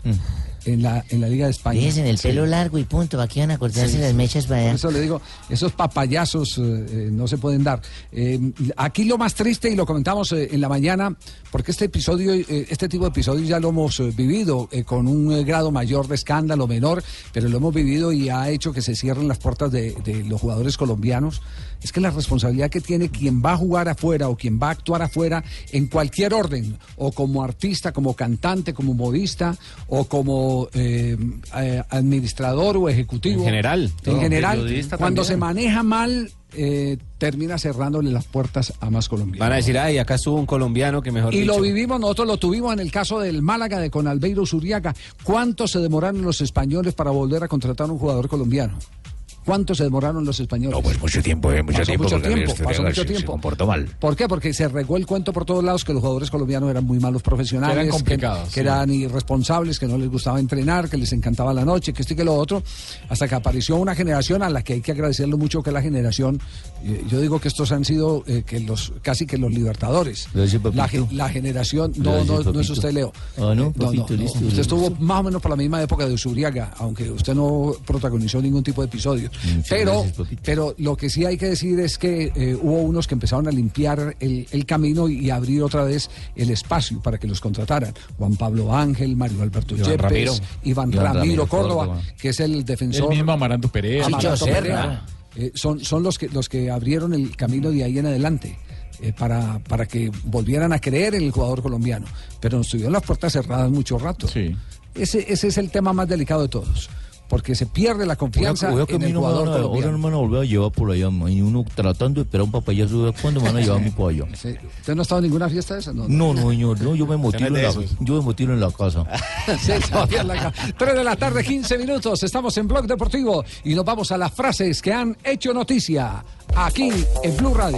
S4: en la en la Liga de España.
S5: Fíjense en el
S4: Sí.
S5: pelo largo y punto, aquí van a cortarse
S4: Sí,
S5: las
S4: sí.
S5: mechas para
S4: Por
S5: allá.
S4: eso le digo, esos papayazos eh, eh, no se pueden dar. Eh, aquí lo más triste, y lo comentamos eh, en la mañana, porque este episodio, eh, este tipo de episodios ya lo hemos eh, vivido eh, con un eh, grado mayor de escándalo, menor, pero lo hemos vivido y ha hecho que se cierren las puertas de, de los jugadores colombianos. Es que la responsabilidad que tiene quien va a jugar afuera o quien va a actuar afuera en cualquier orden, o como artista, como cantante, como modista, o como eh, eh, administrador o ejecutivo.
S13: En general.
S4: En
S16: No,
S4: general,
S16: periodista
S4: cuando
S16: también.
S4: se maneja mal, eh, termina cerrándole las puertas a más colombianos.
S13: Van a decir, ay, acá estuvo un colombiano que mejor
S4: Y
S13: dicho.
S4: lo vivimos, nosotros lo tuvimos en el caso del Málaga de Conalbeiro Zuriaga. ¿Cuánto se demoraron los españoles para volver a contratar a un jugador colombiano? ¿Cuánto se demoraron los españoles?
S17: No, pues mucho tiempo, eh, mucho
S4: Pasó
S17: tiempo,
S4: mucho
S17: porque
S4: tiempo,
S17: Javier
S4: pasó
S17: Zuriaga
S4: mucho
S17: se- se
S4: tiempo.
S17: comportó mal.
S4: ¿Por qué? Porque se regó el cuento por todos lados que los jugadores colombianos eran muy malos profesionales,
S6: Que eran
S4: que-
S6: complicados,
S4: que,
S6: sí.
S4: eran irresponsables, que no les gustaba entrenar, que les encantaba la noche, que esto y que lo otro, hasta que apareció una generación a la que hay que agradecerlo mucho, que es la generación, eh, yo digo que estos han sido eh, que los casi que los libertadores.
S5: Gracias, papito.
S4: La, ge- la generación, no,
S5: Gracias,
S4: no, no es
S5: papito.
S4: usted, Leo.
S5: Ah, no,
S4: Eh,
S5: papito, listo.
S4: Usted estuvo más o menos por la misma época de Zuriaga, aunque usted no protagonizó ningún tipo de episodio.
S5: Muchas
S4: Pero,
S5: gracias, papito.
S4: pero lo que sí hay que decir es que eh, hubo unos que empezaron a limpiar el, el camino y, y abrir otra vez el espacio para que los contrataran. Juan Pablo Ángel, Mario Alberto
S13: Iván
S4: Yepes,
S13: Ramiro.
S4: Iván,
S5: Iván
S4: Ramiro,
S5: Ramiro
S4: Córdoba,
S5: Córdoba.
S4: que es el
S6: El
S4: defensor.
S6: mismo Amaranto Perea.
S4: Amaranto
S14: Chicho Serra.
S4: Perea. Eh, son son los que los que abrieron el camino de ahí en adelante. eh, para, para que volvieran a creer en el jugador colombiano. Pero nos tuvieron las puertas cerradas mucho rato.
S6: Sí.
S4: Ese, ese es el tema más delicado de todos. Porque se pierde la confianza
S10: Oiga, que a
S4: en
S10: mí
S4: el
S10: no me
S4: jugador
S10: van a, ahora
S4: colombiano.
S10: no me van a volver a llevar por allá, man, y uno tratando de esperar un papayazo, ¿cuándo me van a llevar a mí por allá?
S4: Sí. ¿Usted no ha estado en ninguna fiesta de esas? No,
S10: No, no, señor, no, yo me motilo en
S6: de
S10: la,
S6: esos.
S10: yo me motilo en la casa.
S4: Sí, todavía en la ca- Tres de la tarde, quince minutos. Estamos en Blog Deportivo y nos vamos a las frases que han hecho noticia aquí en Blue Radio.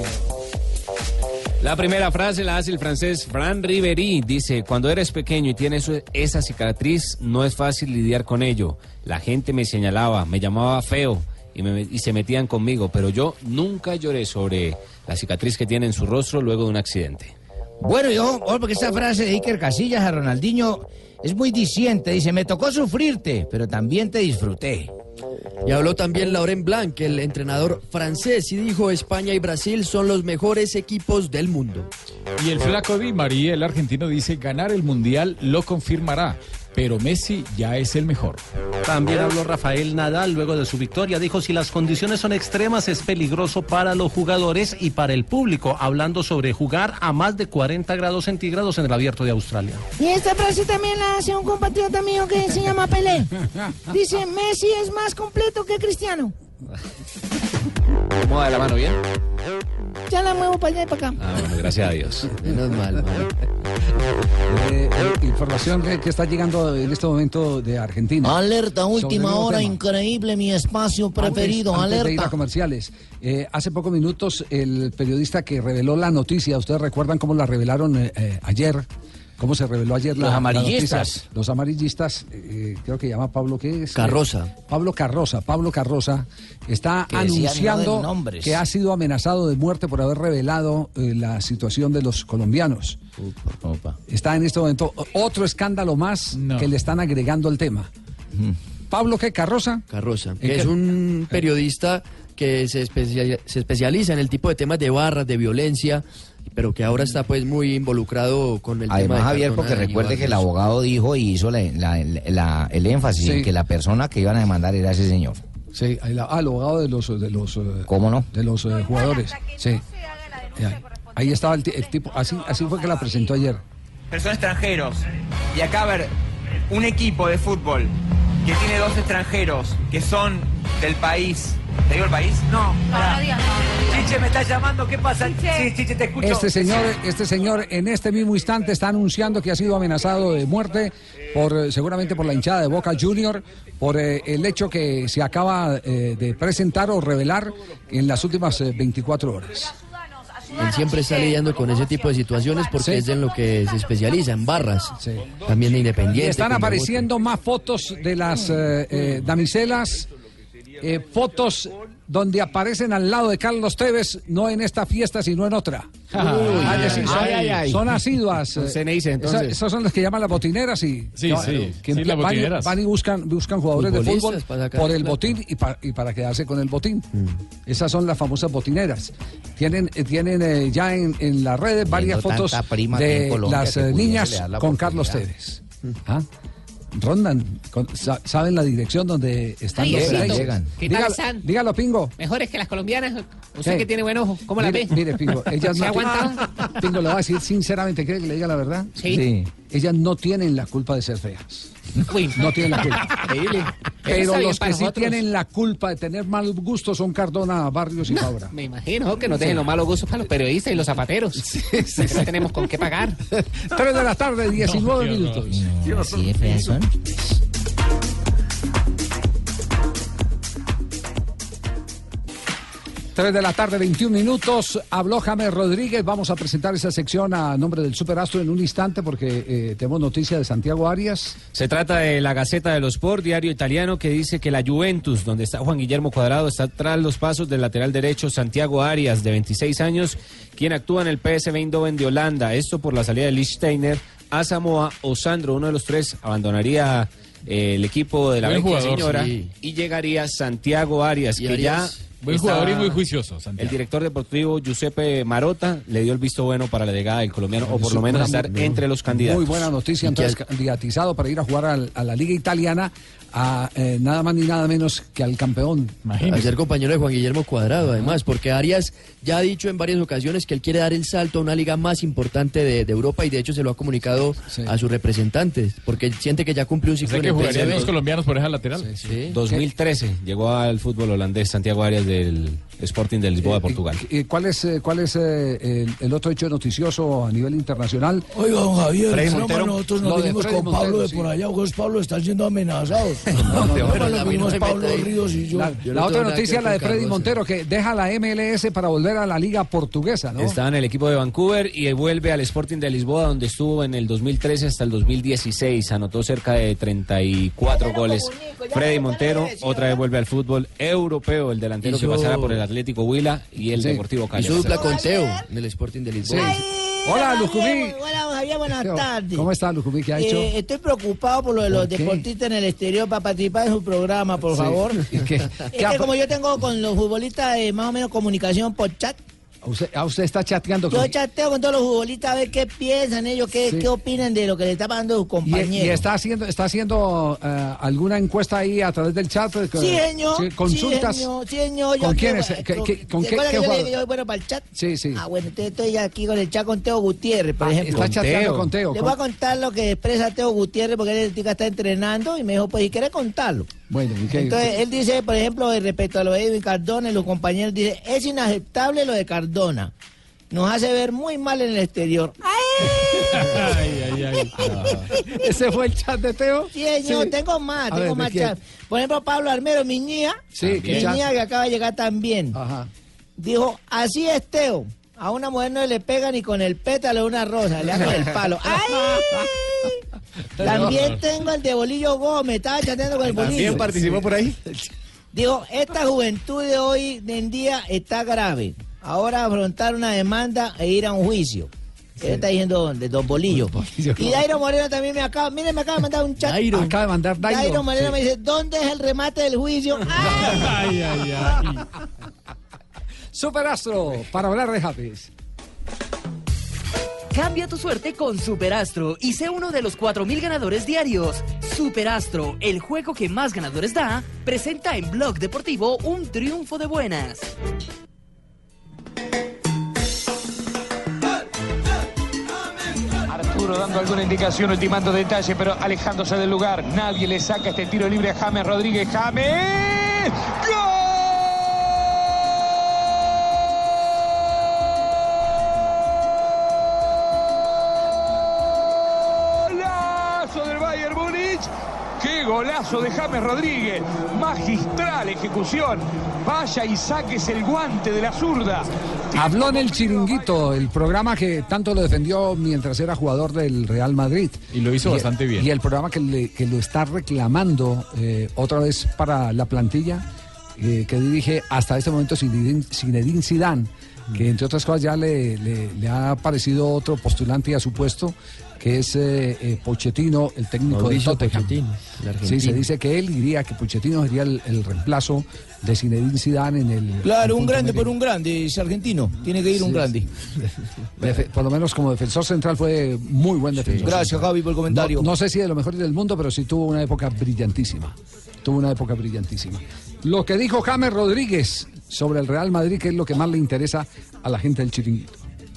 S13: La primera frase la hace el francés Fran Ribéry. Dice, cuando eres pequeño y tienes esa cicatriz, no es fácil lidiar con ello. La gente me señalaba, me llamaba feo y, me, y se metían conmigo, pero yo nunca lloré sobre la cicatriz que tiene en su rostro luego de un accidente.
S7: Bueno, yo, oh, porque esa frase de Iker Casillas a Ronaldinho es muy diciente. Dice, me tocó sufrirte, pero también te disfruté.
S11: Y habló también Laurent Blanc, el entrenador francés, y dijo España y Brasil son los mejores equipos del mundo.
S6: Y el flaco Di María, el argentino, dice, ganar el Mundial lo confirmará, pero Messi ya es el mejor.
S16: También habló Rafael Nadal luego de su victoria. Dijo, si las condiciones son extremas es peligroso para los jugadores y para el público, hablando sobre jugar a más de cuarenta grados centígrados en el Abierto de Australia.
S17: Y esta frase también la hace un compatriota mío que se llama Pelé. Dice, Messi es más completo que Cristiano.
S13: ¿Cómo va de la mano? ¿Bien?
S17: Ya la muevo para allá y para acá.
S13: Ah, bueno, gracias a Dios.
S11: Menos mal, mal.
S4: Eh, eh, información que, que está llegando en este momento de Argentina.
S18: Alerta, última hora,
S4: tema.
S18: Increíble, mi espacio preferido.
S4: Antes,
S18: Alerta.
S4: Antes de ir a comerciales, eh, hace pocos minutos el periodista que reveló la noticia, ¿ustedes recuerdan cómo la revelaron eh, eh, ayer? ¿Cómo se reveló ayer la,
S7: Los amarillistas.
S4: la noticia? Los amarillistas, eh, creo que llama Pablo, ¿qué es?
S11: Carroza.
S4: Eh, Pablo Carroza, Pablo Carroza está
S7: Que decía,
S4: anunciando
S7: no den nombres.
S4: que ha sido amenazado de muerte por haber revelado eh, la situación de los colombianos.
S10: Upa, upa.
S4: Está en este momento otro escandalo más
S6: No.
S4: que le están agregando al tema. ¿Pablo qué? ¿Carroza?
S11: Carroza,
S4: ¿En
S11: que
S4: qué?
S11: es un periodista que se, especia- se especializa en el tipo de temas de barras, de violencia, pero que ahora está pues muy involucrado con el tema
S10: Además,
S11: de
S10: Javier,
S11: Cardona
S10: porque
S11: y
S10: recuerde que el
S11: Barrios.
S10: abogado dijo y hizo la, la- la- el énfasis
S4: Sí.
S10: en que la persona que iban a demandar era ese señor.
S4: Sí, el, ah, el abogado de los de los eh,
S10: ¿Cómo no?
S4: de los eh, jugadores. Sí. Ya. Ahí estaba el, ti- el tipo, así así fue que la presentó ayer.
S19: Pero son extranjeros. Y acá, a ver, un equipo de fútbol que tiene dos extranjeros que son del país. ¿Te digo el país? No.
S8: No, no digas, no, no
S19: Chiche me está llamando, ¿qué pasa? Sí, Chiche, te escucho.
S4: Este señor, este señor en este mismo instante está anunciando que ha sido amenazado de muerte por eh, seguramente por la hinchada de Boca Junior por eh, el hecho que se acaba eh, de presentar o revelar en las últimas eh, veinticuatro horas.
S11: Él siempre está lidiando con ese tipo de situaciones porque
S4: Sí.
S11: es en lo que se especializa, en barras.
S4: Sí.
S11: También de
S4: Y
S11: Independiente.
S4: están
S11: con
S4: apareciendo más fotos de las eh, eh, damiselas, eh, fotos donde aparecen al lado de Carlos Tevez, no en esta fiesta, sino en otra. Ah, es decir, son,
S13: ay, ay, ay.
S4: son asiduas.
S13: Son
S4: eh,
S13: ceneices, entonces.
S4: esa- Esos son los que llaman las botineras y
S6: Sí,
S4: que,
S6: sí,
S4: que
S6: sí, las
S4: van, y,
S6: botineras.
S4: van y buscan, buscan jugadores de
S11: Futbolistas
S4: fútbol
S11: para sacar
S4: por el
S11: plata.
S4: botín y, pa- y para quedarse con el botín. Esas son las famosas botineras. Tienen, eh, tienen eh, ya en, en las redes varias
S10: Viendo
S4: fotos
S10: tanta prima aquí
S4: de
S10: en Colombia
S4: las
S10: que
S4: eh,
S10: pudiese
S4: niñas
S10: le dar la
S4: con Carlos
S10: oportunidad.
S4: Tevez. ¿Ah? Rondan, con- sa- saben la dirección donde están
S10: Ay,
S4: los
S10: llegan,
S4: Tevez.
S10: llegan.
S19: ¿Qué tal
S4: Dígalo,
S19: están?
S4: dígalo, Pingo.
S19: Mejores que las colombianas. Usted
S4: Sí.
S19: que tiene buen ojo, ¿cómo la
S4: mire,
S19: ve?
S4: Mire, Pingo, ellas
S19: ¿Se
S4: no
S19: aguantan?
S4: tienen- Pingo, le voy a decir sinceramente, ¿quiere que le diga la verdad?
S19: Sí.
S4: Ellas no tienen la culpa de ser feas.
S19: Uy,
S4: No tienen la culpa.
S19: increíble. Eso
S4: Pero
S19: está bien
S4: los
S19: para
S4: que sí
S19: nosotros.
S4: tienen la culpa de tener mal gusto son Cardona, Barrios y Fabra.
S19: Me imagino que nos dejen los malos gustos para los periodistas y los zapateros. No tenemos con qué pagar.
S4: Tres de la tarde, diecinueve
S6: No, qué
S4: minutos.
S10: No, ¿así de feas son?
S4: Tres de la tarde, veintiún minutos. Habló James Rodríguez. Vamos a presentar esa sección a nombre del Superastro en un instante porque eh, tenemos noticia de Santiago Arias.
S13: Se trata de la Gaceta dello Sport, diario italiano, que dice que la Juventus, donde está Juan Guillermo Cuadrado, está tras los pasos del lateral derecho Santiago Arias, de veintiséis años, quien actúa en el P S V Eindhoven de Holanda. Esto por la salida de Lichtsteiner a Samoa o Sandro, uno de los tres, abandonaría eh, el equipo de la
S6: Buen
S13: vecchia
S6: jugador,
S13: señora
S11: sí.
S13: y llegaría Santiago Arias,
S11: Y
S13: que
S11: Arias,
S13: ya...
S6: Buen
S13: está-
S6: jugador y muy juicioso,
S13: El
S6: Santiago.
S13: director deportivo Giuseppe Marotta le dio el visto bueno para la llegada del colombiano, o por lo menos
S4: Una
S13: estar
S4: muy-
S13: entre los candidatos.
S4: Muy buena noticia, entonces candidatizado para ir a jugar al- a la Liga Italiana a eh, nada más ni nada menos que al campeón.
S6: Imagínese.
S11: A ser compañero de Juan Guillermo Cuadrado, además, porque Arias ya ha dicho en varias ocasiones que él quiere dar el salto a una liga más importante de, de Europa y de hecho se lo ha comunicado
S4: Sí.
S11: a sus representantes, porque él siente que ya cumplió un
S6: O
S11: ciclo
S6: sea
S11: en
S6: que
S11: el
S6: jugarían
S11: P S V.
S6: los colombianos por esa lateral.
S11: Sí.
S13: dos mil trece llegó al fútbol holandés Santiago Arias del Sporting de Lisboa de Portugal.
S4: ¿Y, y cuál es, eh, cuál es eh, el, el otro hecho noticioso a nivel internacional?
S14: Oiga, don Javier,
S4: Freddy
S14: no,
S4: Montero.
S14: nosotros
S4: Lo
S14: nos
S4: de
S14: vinimos
S4: Freddy
S14: con Pablo
S4: Montero,
S14: de
S4: sí.
S14: por allá, pues Pablo están siendo amenazados.
S11: No,
S14: No,
S11: pero
S14: nos
S11: a mí no
S14: vinimos
S11: me
S14: Pablo
S11: meta ahí.
S14: Ríos y yo.
S4: La,
S11: Yo
S4: la
S11: no
S4: otra
S11: tengo nada
S4: noticia
S11: que
S4: la de
S11: ver con
S4: Freddy
S11: Carlos.
S4: Montero, que deja la M L S para volver a la Liga Portuguesa, ¿no?
S13: Estaba en el equipo de Vancouver y vuelve al Sporting de Lisboa, donde estuvo en el dos mil trece hasta el dos mil dieciséis. Anotó cerca de treinta y cuatro goles. Freddy Montero otra vez vuelve al fútbol europeo, el delantero que
S14: Hizo-
S13: pasará por el Atlético Huila y el
S14: Sí.
S13: Deportivo Cali.
S14: Hizo dupla con Teo en el Sporting de Lisboa.
S4: Hola, Lucumí.
S17: Hola, Javier, buenas tardes.
S4: ¿Cómo está, Lucumí? ¿Qué ha hecho?
S17: Eh, estoy preocupado por lo de los
S4: ¿Por qué?
S17: deportistas en el exterior para participar en su programa, por
S4: Sí.
S17: favor.
S4: ¿Y qué?
S17: Es
S4: ¿Qué
S17: que
S4: ha-
S17: como yo tengo con los futbolistas eh, más o menos comunicación por chat,
S4: ¿A usted, a usted está chateando
S17: yo
S4: con...
S17: chateo con todos los futbolistas a ver qué piensan ellos, qué,
S4: Sí.
S17: qué opinan de lo que le está pasando a sus
S4: ¿Y,
S17: compañeros.
S4: y está haciendo, está haciendo eh, alguna encuesta ahí a través del chat? eh,
S17: Sí, señor.
S4: sí, ¿Consultas?
S17: Sí, señor. Sí, señor.
S4: ¿Con
S17: Yo-
S4: quiénes?
S17: yo-
S4: ¿Qué- qué- con
S17: ¿se
S4: qué-
S17: acuerda
S4: qué
S17: que yo le
S4: jugador?
S17: dije que yo voy bueno para el chat?
S4: Sí, sí.
S17: Ah, bueno, entonces estoy aquí con el chat con Teo Gutiérrez, por
S4: Ah,
S17: ejemplo.
S4: está chateando con Teo.
S17: Le
S4: con-
S17: voy a contar lo que expresa Teo Gutiérrez porque él es el tío que está entrenando y me dijo, pues, si quiere contarlo.
S4: Bueno, ¿y qué?
S17: Entonces, él dice, por ejemplo, respecto a lo de Edwin Cardona y los compañeros, dice, es inaceptable lo de Cardona. Nos hace ver muy mal en el exterior.
S6: Ay, ay, ay.
S4: ¿Ese fue el chat de Teo?
S17: Sí, señor,
S4: Sí.
S17: tengo más,
S4: A
S17: tengo
S4: ver, ¿de
S17: más
S4: quién?
S17: chat. Por ejemplo, Pablo Armero, mi niña,
S4: Sí, ¿qué chat?
S17: mi niña que acaba de llegar también.
S4: Ajá.
S17: Dijo, así es Teo. A una mujer no le pega ni con el pétalo de una rosa, le da con el palo. ¡Ay! También tengo el de Bolillo Gómez, estaba chateando con el Bolillo.
S13: ¿También participó por ahí?
S17: Dijo, esta juventud de hoy en día está grave. Ahora afrontar una demanda e ir a un juicio. ¿Qué le está diciendo de Don Bolillo? Y Dairo Moreno también me acaba, miren, me acaba de mandar un chat.
S4: Dairo. Acaba de mandar Dairo.
S17: Dairo Moreno
S4: Sí.
S17: me dice, ¿dónde es el remate del juicio?
S6: Ay, ay, ay.
S4: Superastro, para hablar de Javis.
S20: Cambia tu suerte con Superastro y sé uno de los cuatro mil ganadores diarios. Superastro, el juego que más ganadores da, presenta en Blog Deportivo un triunfo de buenas.
S21: Arturo dando alguna indicación, ultimando detalle, pero alejándose del lugar. Nadie le saca este tiro libre a James Rodríguez. ¡James! ¡Golazo del Bayern Múnich! ¡Qué golazo de James Rodríguez! Magistral ejecución. Vaya y saques el guante de la zurda.
S4: Habló en el Chiringuito, el programa que tanto lo defendió mientras era jugador del Real Madrid.
S6: Y lo hizo
S4: Y-
S6: bastante bien.
S4: Y el programa que, le- que lo está reclamando eh, otra vez para la plantilla eh, que dirige hasta este momento Zinedine, Zinedine Zidane, que entre otras cosas ya le, le- le ha aparecido otro postulante a su puesto, que es eh, eh, Pochettino, el técnico
S14: Mauricio
S4: de Tottenham.
S14: Pochettino, el
S4: Sí,
S14: argentino.
S4: se dice que él diría que Pochettino sería el, el reemplazo de Zinedine Zidane en el...
S14: Claro, un
S4: conjunto
S14: grande por
S4: merengue.
S14: un grande, es argentino. Tiene que ir un
S4: Sí,
S14: grande.
S4: Defe- por lo menos como defensor central fue muy buen defensor.
S14: Gracias,
S4: central.
S14: Javi, por el comentario.
S4: No, no sé si de los mejores del mundo, pero sí tuvo una época brillantísima. Tuvo una época brillantísima. Lo que dijo James Rodríguez sobre el Real Madrid, que es lo que más le interesa a la gente del Chiringuito.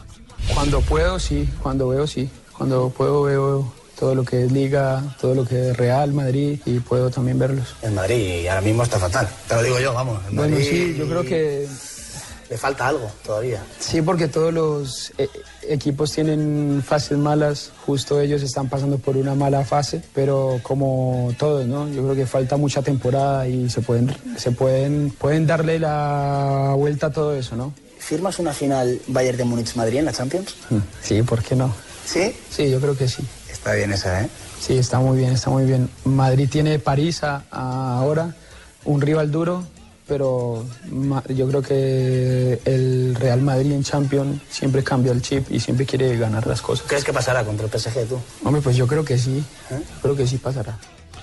S22: Cuando puedo, sí. Cuando veo, sí. Cuando puedo, veo todo lo que es Liga, todo lo que es Real, Madrid, y puedo también verlos.
S23: El Madrid ahora mismo está fatal. Te lo digo yo, vamos. El
S22: Bueno,
S23: Madrid
S22: sí, yo creo que
S23: le falta algo todavía.
S22: sí, porque todos los eh, equipos tienen fases malas. Justo ellos están pasando por una mala fase, pero como todos, ¿no? Yo creo que falta mucha temporada y se pueden, se pueden, pueden darle la vuelta a todo eso, ¿no?
S23: ¿Firmas una final Bayern de Múnich-Madrid en la Champions?
S22: Sí, ¿por qué no?
S23: ¿Sí?
S22: Sí, yo creo que sí.
S23: Está bien esa, ¿eh?
S22: Sí, está muy bien, está muy bien. Madrid tiene París a- a ahora, un rival duro, pero ma- yo creo que el Real Madrid en Champions siempre cambia el chip y siempre quiere ganar las cosas.
S23: ¿Crees que pasará contra el P S G tú?
S22: Hombre, pues yo creo que sí, creo que sí pasará.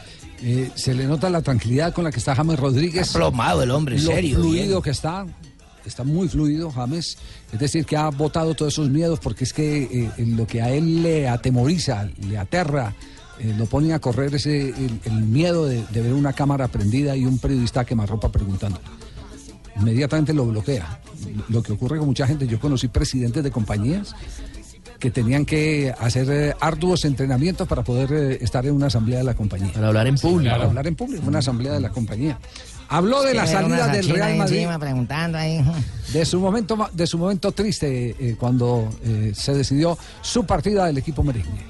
S4: Eh, se le nota la tranquilidad con la que está James Rodríguez.
S7: Está plomado el hombre,
S4: lo
S7: serio,
S4: fluido
S7: bien.
S4: que está. Está muy fluido, James. Es decir, que ha botado todos esos miedos porque es que eh, en lo que a él le atemoriza, le aterra, eh, lo pone a correr ese el, el miedo de, de ver una cámara prendida y un periodista a quemarropa preguntando. Inmediatamente lo bloquea. Lo que ocurre con mucha gente, yo conocí presidentes de compañías que tenían que hacer eh, arduos entrenamientos para poder eh, estar en una asamblea de la compañía.
S14: Para hablar en público.
S4: Para hablar en público, una asamblea de la compañía. Habló de la salida del Real Madrid,
S17: preguntando ahí.
S4: de su momento, de su momento triste eh, cuando eh, se decidió su partida del equipo merengue.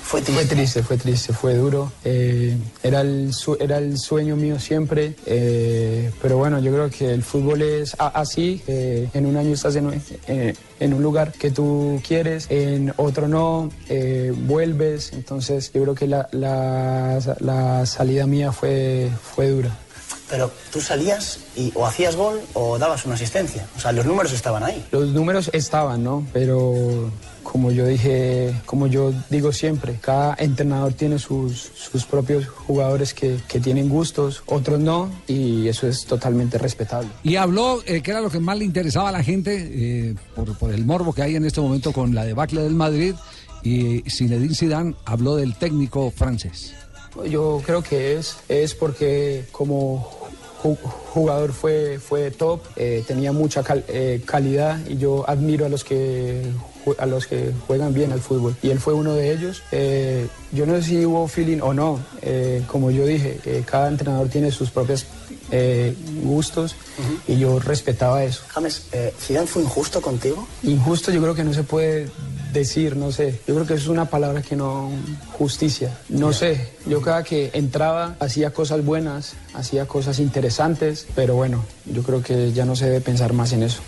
S23: Fue triste.
S22: Fue triste, fue triste, fue duro. Eh, era, el su- era el sueño mío siempre, eh, pero bueno, yo creo que el fútbol es a- así. Eh, en un año estás en, eh, en un lugar que tú quieres, en otro no, eh, vuelves. Entonces yo creo que la, la, la salida mía fue, fue dura.
S23: Pero tú salías y o hacías gol o dabas una asistencia. O sea, los números estaban ahí.
S22: Los números estaban, ¿no? Pero como yo dije, como yo digo siempre, cada entrenador tiene sus, sus propios jugadores que, que tienen gustos, otros no, y eso es totalmente respetable.
S4: Y habló, eh, que era lo que más le interesaba a la gente, eh, por, por el morbo que hay en este momento con la debacle del Madrid, y Zinedine Zidane habló del técnico francés.
S22: Yo creo que es, es porque como ju- jugador fue, fue top, eh, tenía mucha cal- eh, calidad, y yo admiro a los que ju- a los que juegan bien al fútbol, y él fue uno de ellos. Eh, yo no sé si hubo feeling o no, eh, como yo dije, eh, cada entrenador tiene sus propios eh, gustos, y yo respetaba eso.
S23: James, eh, ¿Zidane fue injusto contigo?
S22: Injusto yo creo que no se puede decir, no sé. Yo creo que es una palabra que no... Justicia. No sé. Yo cada que entraba hacía cosas buenas, hacía cosas interesantes, pero bueno, yo creo que ya no se debe pensar más en eso.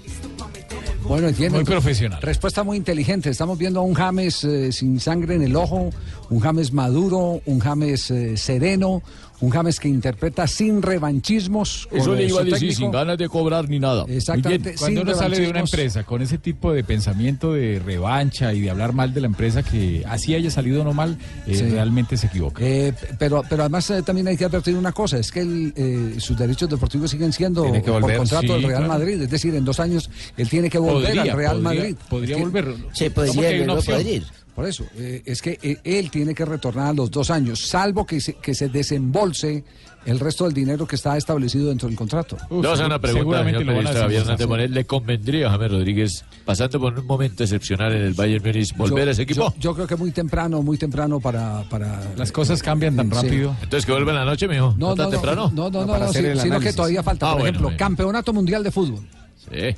S4: Bueno, entiendo.
S6: Muy profesional.
S4: Respuesta muy inteligente. Estamos viendo a un James eh, sin sangre en el ojo, un James maduro, un James eh, sereno, un James que interpreta sin revanchismos.
S6: Eso
S4: con,
S6: le
S4: eh,
S6: iba a
S4: su
S6: decir,
S4: técnico.
S6: sin ganas de cobrar ni nada.
S4: Exactamente.
S6: Muy bien. Cuando
S4: sin
S6: uno sale de una
S4: revanchismos.
S6: empresa con ese tipo de pensamiento de revancha y de hablar mal de la empresa, que así haya salido o no mal, eh,
S4: Sí.
S6: realmente se equivoca.
S4: Eh, pero, pero además eh, también hay que advertir una cosa, es que el, eh, sus derechos deportivos siguen siendo
S6: Tiene que volver,
S4: por contrato
S6: sí,
S4: del Real
S6: claro.
S4: Madrid, es decir, en dos años él tiene que volver
S6: Podría,
S4: al Real
S6: podría,
S4: Madrid.
S6: podría
S4: Es que-
S6: volver.
S17: Sí,
S6: ¿Cómo
S17: podría,
S6: que hay una
S17: luego
S6: opción?
S17: podría ir.
S4: Por eso, eh, es que eh, él tiene que retornar a los dos años, salvo que se, que se desembolse el resto del dinero que está establecido dentro del contrato.
S2: Le voy a hacer una pregunta,
S6: seguramente
S2: señor
S6: lo van a
S2: periodista Javier
S6: desembolsar,
S2: Hernández
S6: sí.
S2: Bonet. ¿Le convendría a James Rodríguez, pasando por un momento excepcional en el Bayern Múnich, volver
S4: Yo-
S2: a ese equipo?
S4: Yo, yo creo que muy temprano, muy temprano para... para
S6: Las cosas cambian tan
S4: Sí.
S6: rápido.
S2: Entonces, que vuelva en la noche, mijo. ¿No,
S4: No,
S2: tan
S4: no,
S2: temprano?
S4: no, no, no,
S6: para
S4: no,
S6: hacer
S4: sí,
S6: el
S4: sino que
S6: análisis.
S4: todavía falta,
S2: Ah,
S4: por
S2: bueno,
S4: ejemplo,
S2: bien.
S4: Campeonato Mundial de Fútbol.
S2: Sí.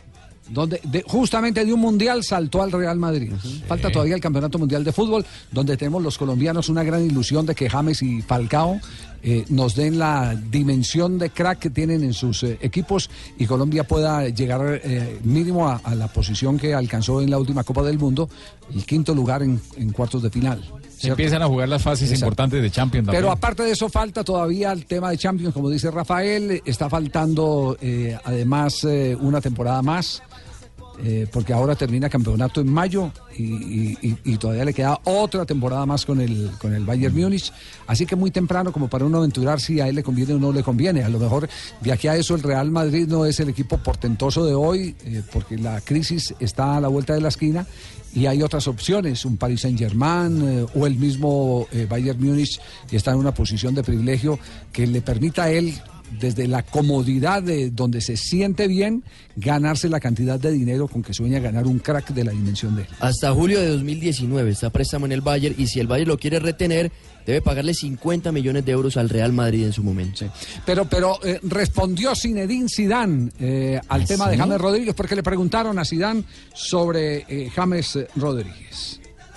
S4: Donde de- justamente de un mundial saltó al Real Madrid. Falta todavía el Campeonato Mundial de Fútbol, donde tenemos los colombianos una gran ilusión de que James y Falcao eh, nos den la dimensión de crack que tienen en sus eh, equipos, y Colombia pueda llegar eh, mínimo a, a la posición que alcanzó en la última Copa del Mundo, el quinto lugar en, en cuartos de final.
S6: Se
S4: ¿cierto?
S6: empiezan a jugar las fases
S4: Exacto.
S6: importantes de Champions también.
S4: Pero aparte de eso falta todavía el tema de Champions, como dice Rafael, está faltando eh, además eh, una temporada más, eh, porque ahora termina campeonato en mayo y, y- y- y todavía le queda otra temporada más con el, con el Bayern Múnich, así que muy temprano como para uno aventurar si a él le conviene o no le conviene. A lo mejor de aquí a eso el Real Madrid no es el equipo portentoso de hoy, eh, porque la crisis está a la vuelta de la esquina. Y hay otras opciones, un Paris Saint-Germain eh, o el mismo eh, Bayern Múnich, que está en una posición de privilegio que le permita a él, desde la comodidad de donde se siente bien, ganarse la cantidad de dinero con que sueña ganar un crack de la dimensión de él.
S11: Hasta julio de dos mil diecinueve está préstamo en el Bayern, y si el Bayern lo quiere retener, debe pagarle cincuenta millones de euros al Real Madrid en su momento.
S4: Pero, pero eh, respondió Zinedine Zidane eh, al
S11: ¿Ah,
S4: tema
S11: sí?
S4: de James Rodríguez, porque le preguntaron a Zidane sobre eh, James Rodríguez.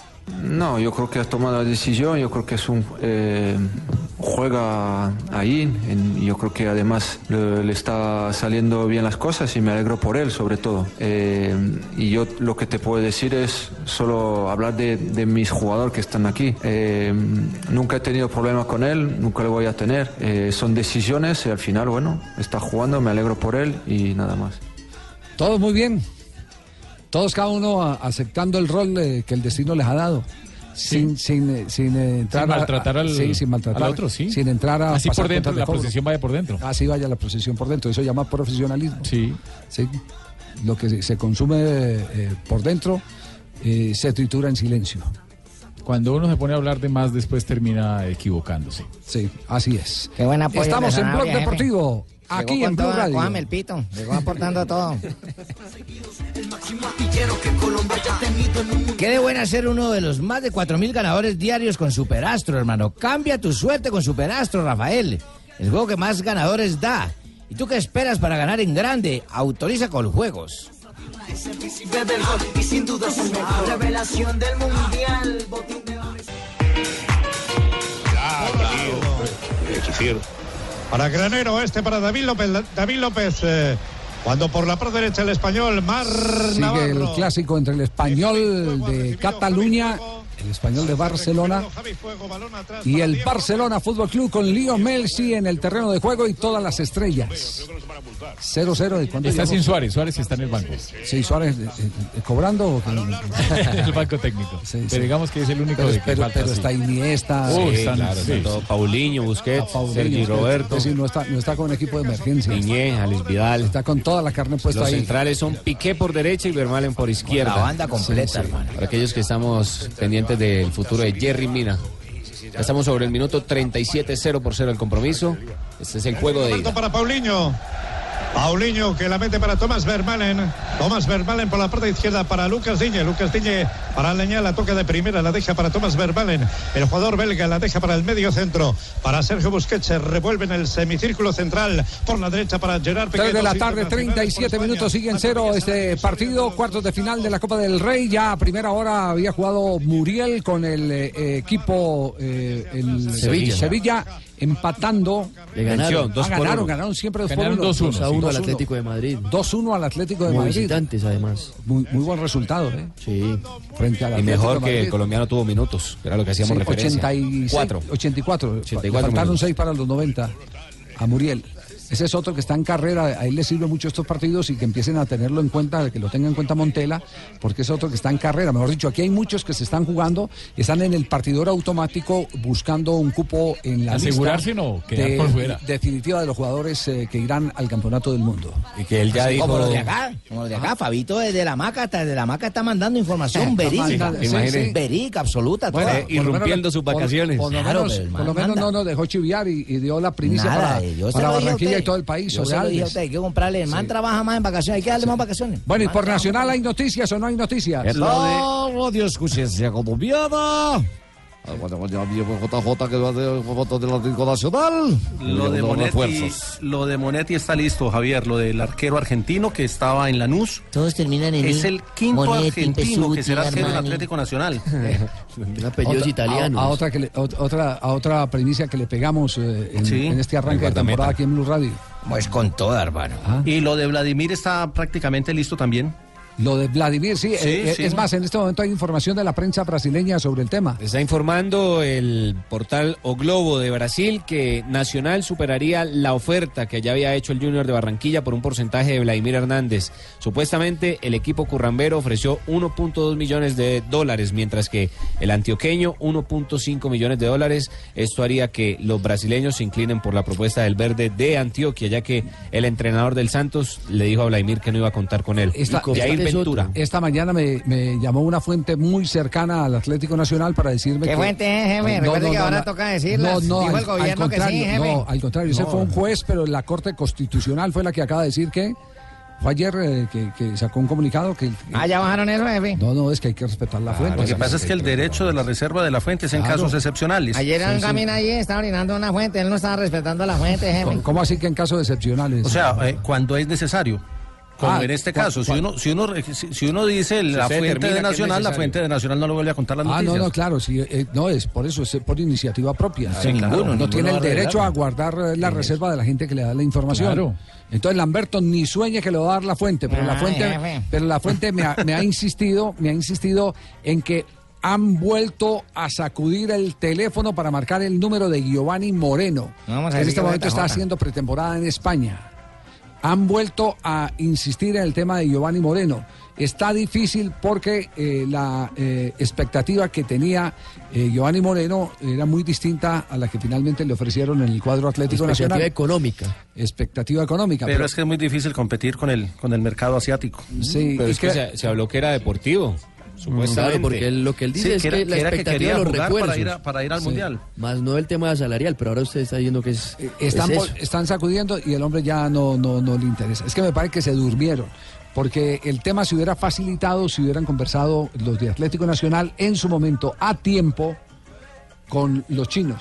S3: No, yo creo que ha tomado la decisión, yo creo que es un eh, juega ahí, en- yo creo que además le, le está saliendo bien las cosas y me alegro por él sobre todo. Eh, y yo lo que te puedo decir es solo hablar de, de mis jugadores que están aquí. Eh, nunca he tenido problemas con él, nunca lo voy a tener. Eh, son decisiones y al final, bueno, está jugando, me alegro por él y nada más.
S4: Todos muy bien. Todos cada uno a- aceptando el rol eh, que el destino les ha dado. Sin, sin, eh, sin eh, entrar
S6: Sin
S4: a-
S6: maltratar
S4: a-
S6: al-
S4: sí, sin maltratar
S6: al otro, sí.
S4: Sin entrar a
S6: Así
S4: pasar
S6: por dentro,
S4: cuentas de
S6: la
S4: cobro.
S6: procesión vaya por dentro.
S4: Así vaya la procesión por dentro. Eso se llama profesionalismo.
S6: Sí.
S4: Sí. Lo que se, se consume eh, por dentro eh, se tritura en silencio.
S6: Cuando uno se pone a hablar de más, después termina equivocándose.
S4: Sí, así es.
S17: Qué buen apoyo
S4: Estamos
S17: de
S4: en Blog
S17: Sanabria, jefe.
S4: Deportivo,
S17: Llegó
S4: aquí
S17: con
S4: en Blue
S17: todo,
S4: Radio.
S17: cójame el pito, llegó aportando todo. Qué de buena ser uno de los más de cuatro mil ganadores diarios con Superastro, hermano. Cambia tu suerte con Superastro, Rafael. El juego que más ganadores da. ¿Y tú qué esperas para ganar en grande? Autoriza con juegos.
S1: Ese príncipe del gol y sin duda es el mejor. Revelación del mundial, botín de oro.
S9: Para Granero, este para David López. David López, eh, cuando por la parte derecha el Español, Mar
S4: Sigue
S9: Navarro.
S4: el clásico entre el Español de Cataluña, el Español de Barcelona y el Barcelona Fútbol Club con Leo Messi en el terreno de juego y todas las estrellas. cero cero. ¿De cuándo
S6: Está
S4: llegamos?
S6: sin Suárez, Suárez está en el banco.
S4: Sí, Suárez eh, eh, cobrando. o
S6: el banco técnico.
S4: Sí, sí.
S6: Pero digamos que es el único
S4: Pero,
S6: de que
S4: pero,
S6: falta,
S4: pero
S6: sí.
S4: está Iniesta.
S6: Uh,
S13: Sí,
S6: están-
S13: claro,
S6: sí.
S13: está todo Paulinho, Busquets,
S4: Paulinho,
S13: Sergi
S4: Busquets.
S13: Roberto,
S4: Es decir, no está, no está con equipo de emergencia.
S13: Piñé, Alex Vidal.
S4: Está con toda la carne puesta
S13: Los
S4: ahí.
S13: centrales son Piqué por derecha y Vermaelen por izquierda.
S17: La banda completa,
S13: Sí, sí.
S17: hermano.
S13: Para aquellos que estamos pendientes del futuro de Jerry Mina. Ya estamos sobre el minuto treinta y siete, cero por cero el compromiso. Este es el juego de ida.
S9: Para Paulinho. Paulinho que la mete para Thomas Vermaelen. Thomas Vermaelen por la parte izquierda para Lucas Digne. Lucas Digne para Leñal, la toca de primera, la deja para Thomas Vermaelen. El jugador belga la deja para el medio centro. Para Sergio Busquets, se revuelve en el semicírculo central. Por la derecha para Gerard Piqué.
S4: tres de la
S9: Dos
S4: tarde, treinta y siete minutos, sigue en cero este partido, cuartos de final de la Copa del Rey. Ya a primera hora había jugado Muriel con el eh, equipo eh, el
S11: Sevilla.
S4: Sevilla empatando.
S11: Le ganaron.
S4: Ah,
S11: Dos por
S4: ganaron,
S11: uno.
S4: ganaron siempre dos por
S11: Ganaron
S4: uno.
S11: dos uno, dos a uno al Atlético de Madrid.
S4: dos uno al Atlético de
S11: Como
S4: Madrid.
S11: visitantes, además.
S4: Muy, muy buen resultado, ¿eh?
S11: Sí.
S4: Frente al
S13: Y
S4: Atlético
S13: mejor
S4: de
S13: que el
S4: Madrid.
S13: colombiano tuvo minutos, que era lo que hacíamos
S4: Sí,
S13: referencia.
S4: ochenta y seis,
S13: Cuatro.
S4: ochenta y cuatro.
S13: ochenta y
S4: Le
S13: cuatro
S4: faltaron
S13: minutos.
S4: seis para los noventa a Muriel. Ese es otro que está en carrera, a él le sirve mucho estos partidos y que empiecen a tenerlo en cuenta, que lo tenga en cuenta Montela, porque es otro que está en carrera. Mejor dicho, aquí hay muchos que se están jugando, están en el partidor automático buscando un cupo en la
S6: Asegurarse,
S4: lista
S6: no, quedar
S4: de-
S6: por fuera.
S4: definitiva de los jugadores eh, que irán al campeonato del mundo.
S13: Y que él ya dijo.
S17: Como los de acá, como los de acá, Fabito desde la maca, hasta desde la maca está mandando información
S4: Está
S17: verídica.
S4: mandando- sí, sí.
S17: Verídica, absoluta.
S4: Bueno,
S17: toda.
S4: por lo menos- por- Por, lo
S17: Claro,
S4: menos,
S17: pero el
S4: por
S17: man
S4: lo menos
S17: manda.
S4: no nos dejó chiviar y, y dio la primicia
S17: Nada,
S4: para,
S17: eh, yo se
S4: para
S17: lo dije a
S4: Barranquilla
S17: usted.
S4: y todo el país.
S17: Yo
S4: sobre
S17: se lo dije a
S4: Alves.
S17: usted, hay que comprarle. El man trabaja más en vacaciones, hay que darle más vacaciones.
S4: Bueno, y
S17: Man
S4: por
S17: trabaja
S4: Nacional
S17: más.
S4: hay noticias o no hay noticias.
S5: No, radio escuchencia colombiana. J J que va a ser foto del Atlético Nacional.
S16: Lo de,
S5: Los
S16: Monetti,
S5: refuerzos.
S16: lo de Monetti está listo, Javier. Lo del arquero argentino que estaba en Lanús.
S17: Todos terminan en
S16: Es
S17: I.
S16: el quinto
S17: Monetti,
S16: argentino que
S17: Pesuti,
S16: será arquero del
S17: Armani.
S16: Atlético Nacional.
S11: Apellidos
S4: Otra-
S11: italianos.
S4: A, a otra que le- ot- otra, a otra primicia que le pegamos eh, en,
S16: Sí.
S4: en este arranque de
S16: El
S4: temporada
S16: guardameta.
S4: aquí en Blue Radio.
S17: Pues con toda, hermano.
S16: Y lo de Vladimir está prácticamente listo también.
S4: Lo de Vladimir, sí,
S16: Sí,
S4: eh,
S16: sí.
S4: es más, en este momento hay información de la prensa brasileña sobre el tema.
S13: Está informando el portal O Globo de Brasil que Nacional superaría la oferta que ya había hecho el Junior de Barranquilla por un porcentaje de Vladimir Hernández. Supuestamente el equipo currambero ofreció uno punto dos millones de dólares, mientras que el antioqueño uno punto cinco millones de dólares. Esto haría que los brasileños se inclinen por la propuesta del verde de Antioquia, ya que el entrenador del Santos le dijo a Vladimir que no iba a contar con él.
S4: Esta,
S13: Jair
S4: esta-
S13: Ventura.
S4: esta mañana me, me llamó una fuente muy cercana al Atlético Nacional para decirme
S17: ¿Qué
S4: que...
S17: fuente es, jefe? Recuerde que ahora toca decirlas.
S4: No, no,
S17: Dijo
S4: al,
S17: el gobierno
S4: al
S17: que sí,
S4: contrario,
S17: jefe.
S4: no, al contrario, ese
S17: No.
S4: fue un juez, pero la Corte Constitucional fue la que acaba de decir que... Fue ayer eh, que, que sacó un comunicado que...
S17: Ah, ya bajaron eso, jefe.
S4: No, no, es que hay que respetar la fuente.
S16: Lo que pasa es que el derecho de la reserva de la fuente es en
S4: Claro.
S16: casos excepcionales.
S17: Ayer en camino allí estaba orinando una fuente, él no estaba respetando la fuente, jefe.
S4: ¿Cómo así que en casos excepcionales?
S16: O sea, eh, cuando es necesario. Como
S4: Ah,
S16: en este
S4: cua-
S16: caso, si
S4: cua-
S16: uno, si uno si, si uno dice la
S13: usted
S16: fuente
S13: determina
S16: de
S13: que es
S16: Nacional, la
S13: necesario.
S16: fuente de Nacional no le vuelve a contar las
S4: Ah,
S16: noticias.
S4: no, no, claro, sí, eh, no es por eso, es por iniciativa propia.
S16: Sí, claro,
S4: no
S16: ninguno
S4: tiene
S16: va
S4: el
S16: a
S4: derecho
S16: arreglar.
S4: a guardar eh, la reserva de la gente que le da la información.
S6: Claro.
S4: Entonces Lamberto ni sueña que le va a dar la fuente, pero la
S17: Ay,
S4: fuente,
S17: jefe.
S4: pero la fuente me ha, me ha insistido, me ha insistido en que han vuelto a sacudir el teléfono para marcar el número de Giovanni Moreno,
S17: Vamos a
S4: que
S17: ver
S4: en este
S17: qué
S4: momento
S17: vuelta
S4: está
S17: jota.
S4: haciendo pretemporada en España. Han vuelto a insistir en el tema de Giovanni Moreno. Está difícil porque eh, la eh, expectativa que tenía eh, Giovanni Moreno era muy distinta a la que finalmente le ofrecieron en el cuadro Atlético
S11: Expectativa
S4: Nacional.
S11: económica.
S4: Expectativa económica.
S16: Pero es que es muy difícil competir con el, con el mercado asiático.
S4: Sí,
S13: Pero
S4: y
S13: es que
S4: que-
S13: se, se habló que era deportivo, supuestamente.
S11: Claro, porque él- lo que él dice
S16: Sí,
S11: es
S16: que
S11: que,
S16: era-
S11: la
S16: que era que
S11: expectativa
S16: quería
S11: de los
S16: jugar
S11: refuerzos.
S16: para ir a- para ir al
S11: Sí.
S16: Mundial.
S11: Más no el tema salarial, pero ahora usted está diciendo que es,
S4: están,
S11: es
S4: po-
S11: eso.
S4: están sacudiendo y el hombre ya no, no, no le interesa. Es que me parece que se durmieron, porque el tema se hubiera facilitado si hubieran conversado los de Atlético Nacional en su momento a tiempo con los chinos.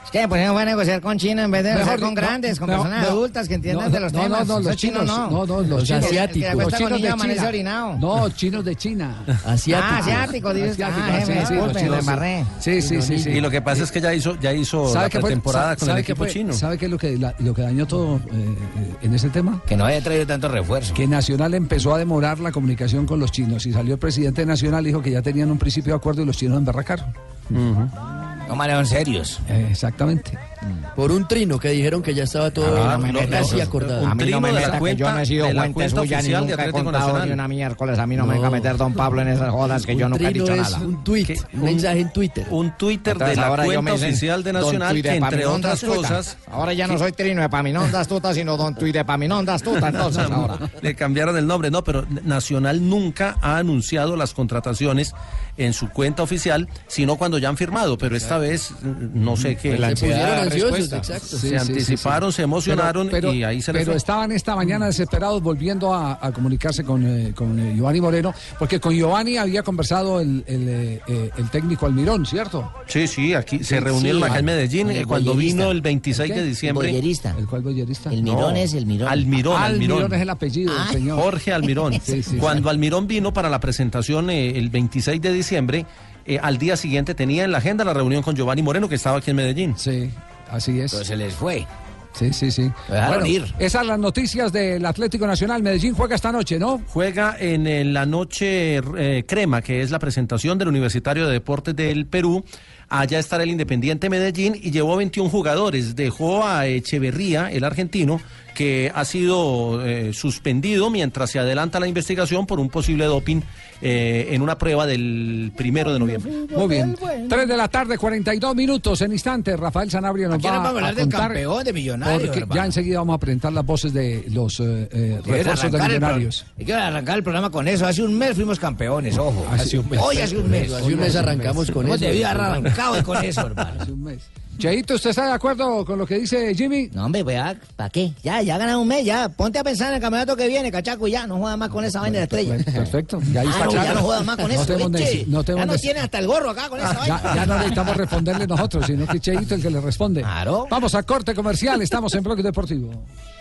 S7: Es que pues van a negociar con China en vez de negociar con
S4: no,
S7: grandes, con
S4: no,
S7: personas
S4: no,
S7: adultas que entiendan
S4: no,
S7: de los
S4: no,
S7: temas.
S4: No, no,
S7: Esos
S4: los chinos, no, no, los,
S7: los
S4: chinos
S7: asiáticos.
S4: Los
S7: Los
S4: chinos de
S7: China.
S4: China. No, chinos de China.
S7: Asiáticos. Ah, asiáticos, dices. Ah,
S4: sí,
S7: jefe,
S4: sí,
S7: disculpe,
S4: los chinos,
S7: me embarré.
S4: Sí, sí, sí, sí.
S16: Y lo que pasa es que ya hizo, ya hizo la pretemporada con el equipo chino.
S4: ¿Sabe qué es lo que, la, lo que dañó todo eh, en ese tema?
S7: Que no haya traído tanto refuerzo.
S4: Que Nacional empezó a demorar la comunicación con los chinos y salió el presidente de Nacional y dijo que ya tenían un principio de acuerdo y los chinos emberracaron.
S7: Uh-huh. No manejan serios.
S4: Eh, exactamente.
S11: Por un trino que dijeron que ya estaba todo
S5: Ah, no me
S11: casi
S5: meta,
S11: acordado.
S5: A mí no me meta que yo no he sido
S11: de la
S5: fuente
S11: cuenta
S5: suya ni
S11: oficial de
S5: nunca he
S11: Atlético
S5: contado
S11: Nacional.
S5: ni una miércoles. A mí no,
S11: No.
S5: me venga a meter don Pablo en esas jodas que
S11: Un
S5: yo nunca he
S11: trino
S5: dicho
S11: es
S5: nada.
S11: un tweet, un mensaje en Twitter.
S16: Un Twitter
S5: Entonces,
S16: de la
S5: ahora yo
S16: cuenta
S5: me dicen,
S16: oficial de
S5: don
S16: Nacional
S5: Tui de
S16: que entre
S5: Epaminondas
S16: otras
S5: tuta.
S16: cosas...
S5: Ahora ya no soy trino de Epaminondas tuta, sino don Tui de Epaminondas tuta, entonces ahora.
S16: Le cambiaron el nombre, no, pero Nacional nunca ha anunciado las contrataciones en su cuenta oficial, sino cuando ya han firmado, pero esta vez no sé qué.
S11: La ansiedad, se pusieron ansiosos,
S16: respuesta.
S11: exacto.
S16: Se
S4: Sí, sí,
S16: anticiparon,
S4: sí, sí.
S16: se emocionaron
S4: pero, pero,
S16: y ahí se les
S4: Pero
S16: fue.
S4: estaban esta mañana desesperados volviendo a, a comunicarse con, eh, con eh, Giovanni Moreno, porque con Giovanni había conversado el, el, eh, eh, el técnico Almirón, ¿cierto?
S16: Sí, sí, aquí se reunieron
S4: Sí,
S16: acá en Medellín
S4: el
S16: eh, cuando
S4: bollerista.
S16: vino el veintiséis
S4: ¿El
S16: de
S4: qué?
S16: diciembre.
S17: Bollerista.
S4: ¿El cual bollerista?
S17: El Mirón
S16: No,
S17: es el Mirón.
S16: Almirón, Almirón.
S4: Almirón es el apellido del señor.
S16: Jorge Almirón.
S4: Sí, sí,
S16: Cuando
S4: sí.
S16: Almirón vino para la presentación eh, el veintiséis de diciembre, eh, al día siguiente tenía en la agenda la reunión con Giovanni Moreno, que estaba aquí en Medellín.
S4: Sí, así es.
S7: Pero se les fue.
S4: Sí, sí, sí.
S7: dejaron
S4: Bueno,
S7: ir.
S4: esas son las noticias del Atlético Nacional. Medellín juega esta noche, ¿no?
S16: Juega en, eh, la noche eh, crema, que es la presentación del Universitario de Deportes del Perú. Allá estará el Independiente Medellín y llevó veintiún jugadores. Dejó a Echeverría, el argentino, que ha sido eh, suspendido mientras se adelanta la investigación por un posible doping eh, en una prueba del primero de noviembre.
S4: Muy bien. Tres de la tarde, cuarenta y dos minutos. En instantes, Rafael Sanabria nos
S7: Aquí
S4: va
S7: nos vamos a hablar del
S4: contar,
S7: campeón de Millonarios,
S4: porque
S7: hermano.
S4: ya enseguida vamos a presentar las voces de los eh, eh,
S7: Quiero
S4: refuerzos de
S7: arrancar el
S4: Millonarios.
S7: pro- Hay que arrancar el programa con eso. Hace un mes fuimos campeones, ojo.
S4: Hace un mes.
S7: Hoy hace un mes.
S11: Hace un mes arrancamos con
S7: Hemos
S11: eso.
S7: debido haber arrancado con eso, hermano.
S4: Hace un mes. Cheito, ¿usted está de acuerdo con lo que dice Jimmy?
S17: No, hombre, vea, ¿para qué? Ya, ya ganan un mes, ya. Ponte a pensar en el campeonato que viene, cachaco, y ya. No juegas más con esa vaina de la estrella.
S4: Perfecto, ya ahí
S17: Ah,
S4: está
S17: no,
S4: claro.
S17: ya no juegas más con
S4: No
S17: eso.
S4: tenemos
S17: ¿viste?
S4: nece- no tenemos
S17: ya no
S4: nece-
S17: tienes hasta el gorro acá con esa
S4: Ya,
S17: vaina.
S4: ya no necesitamos responderle nosotros, sino que Cheito el que le responde.
S17: Claro.
S4: Vamos a corte comercial, estamos en Bloque Deportivo.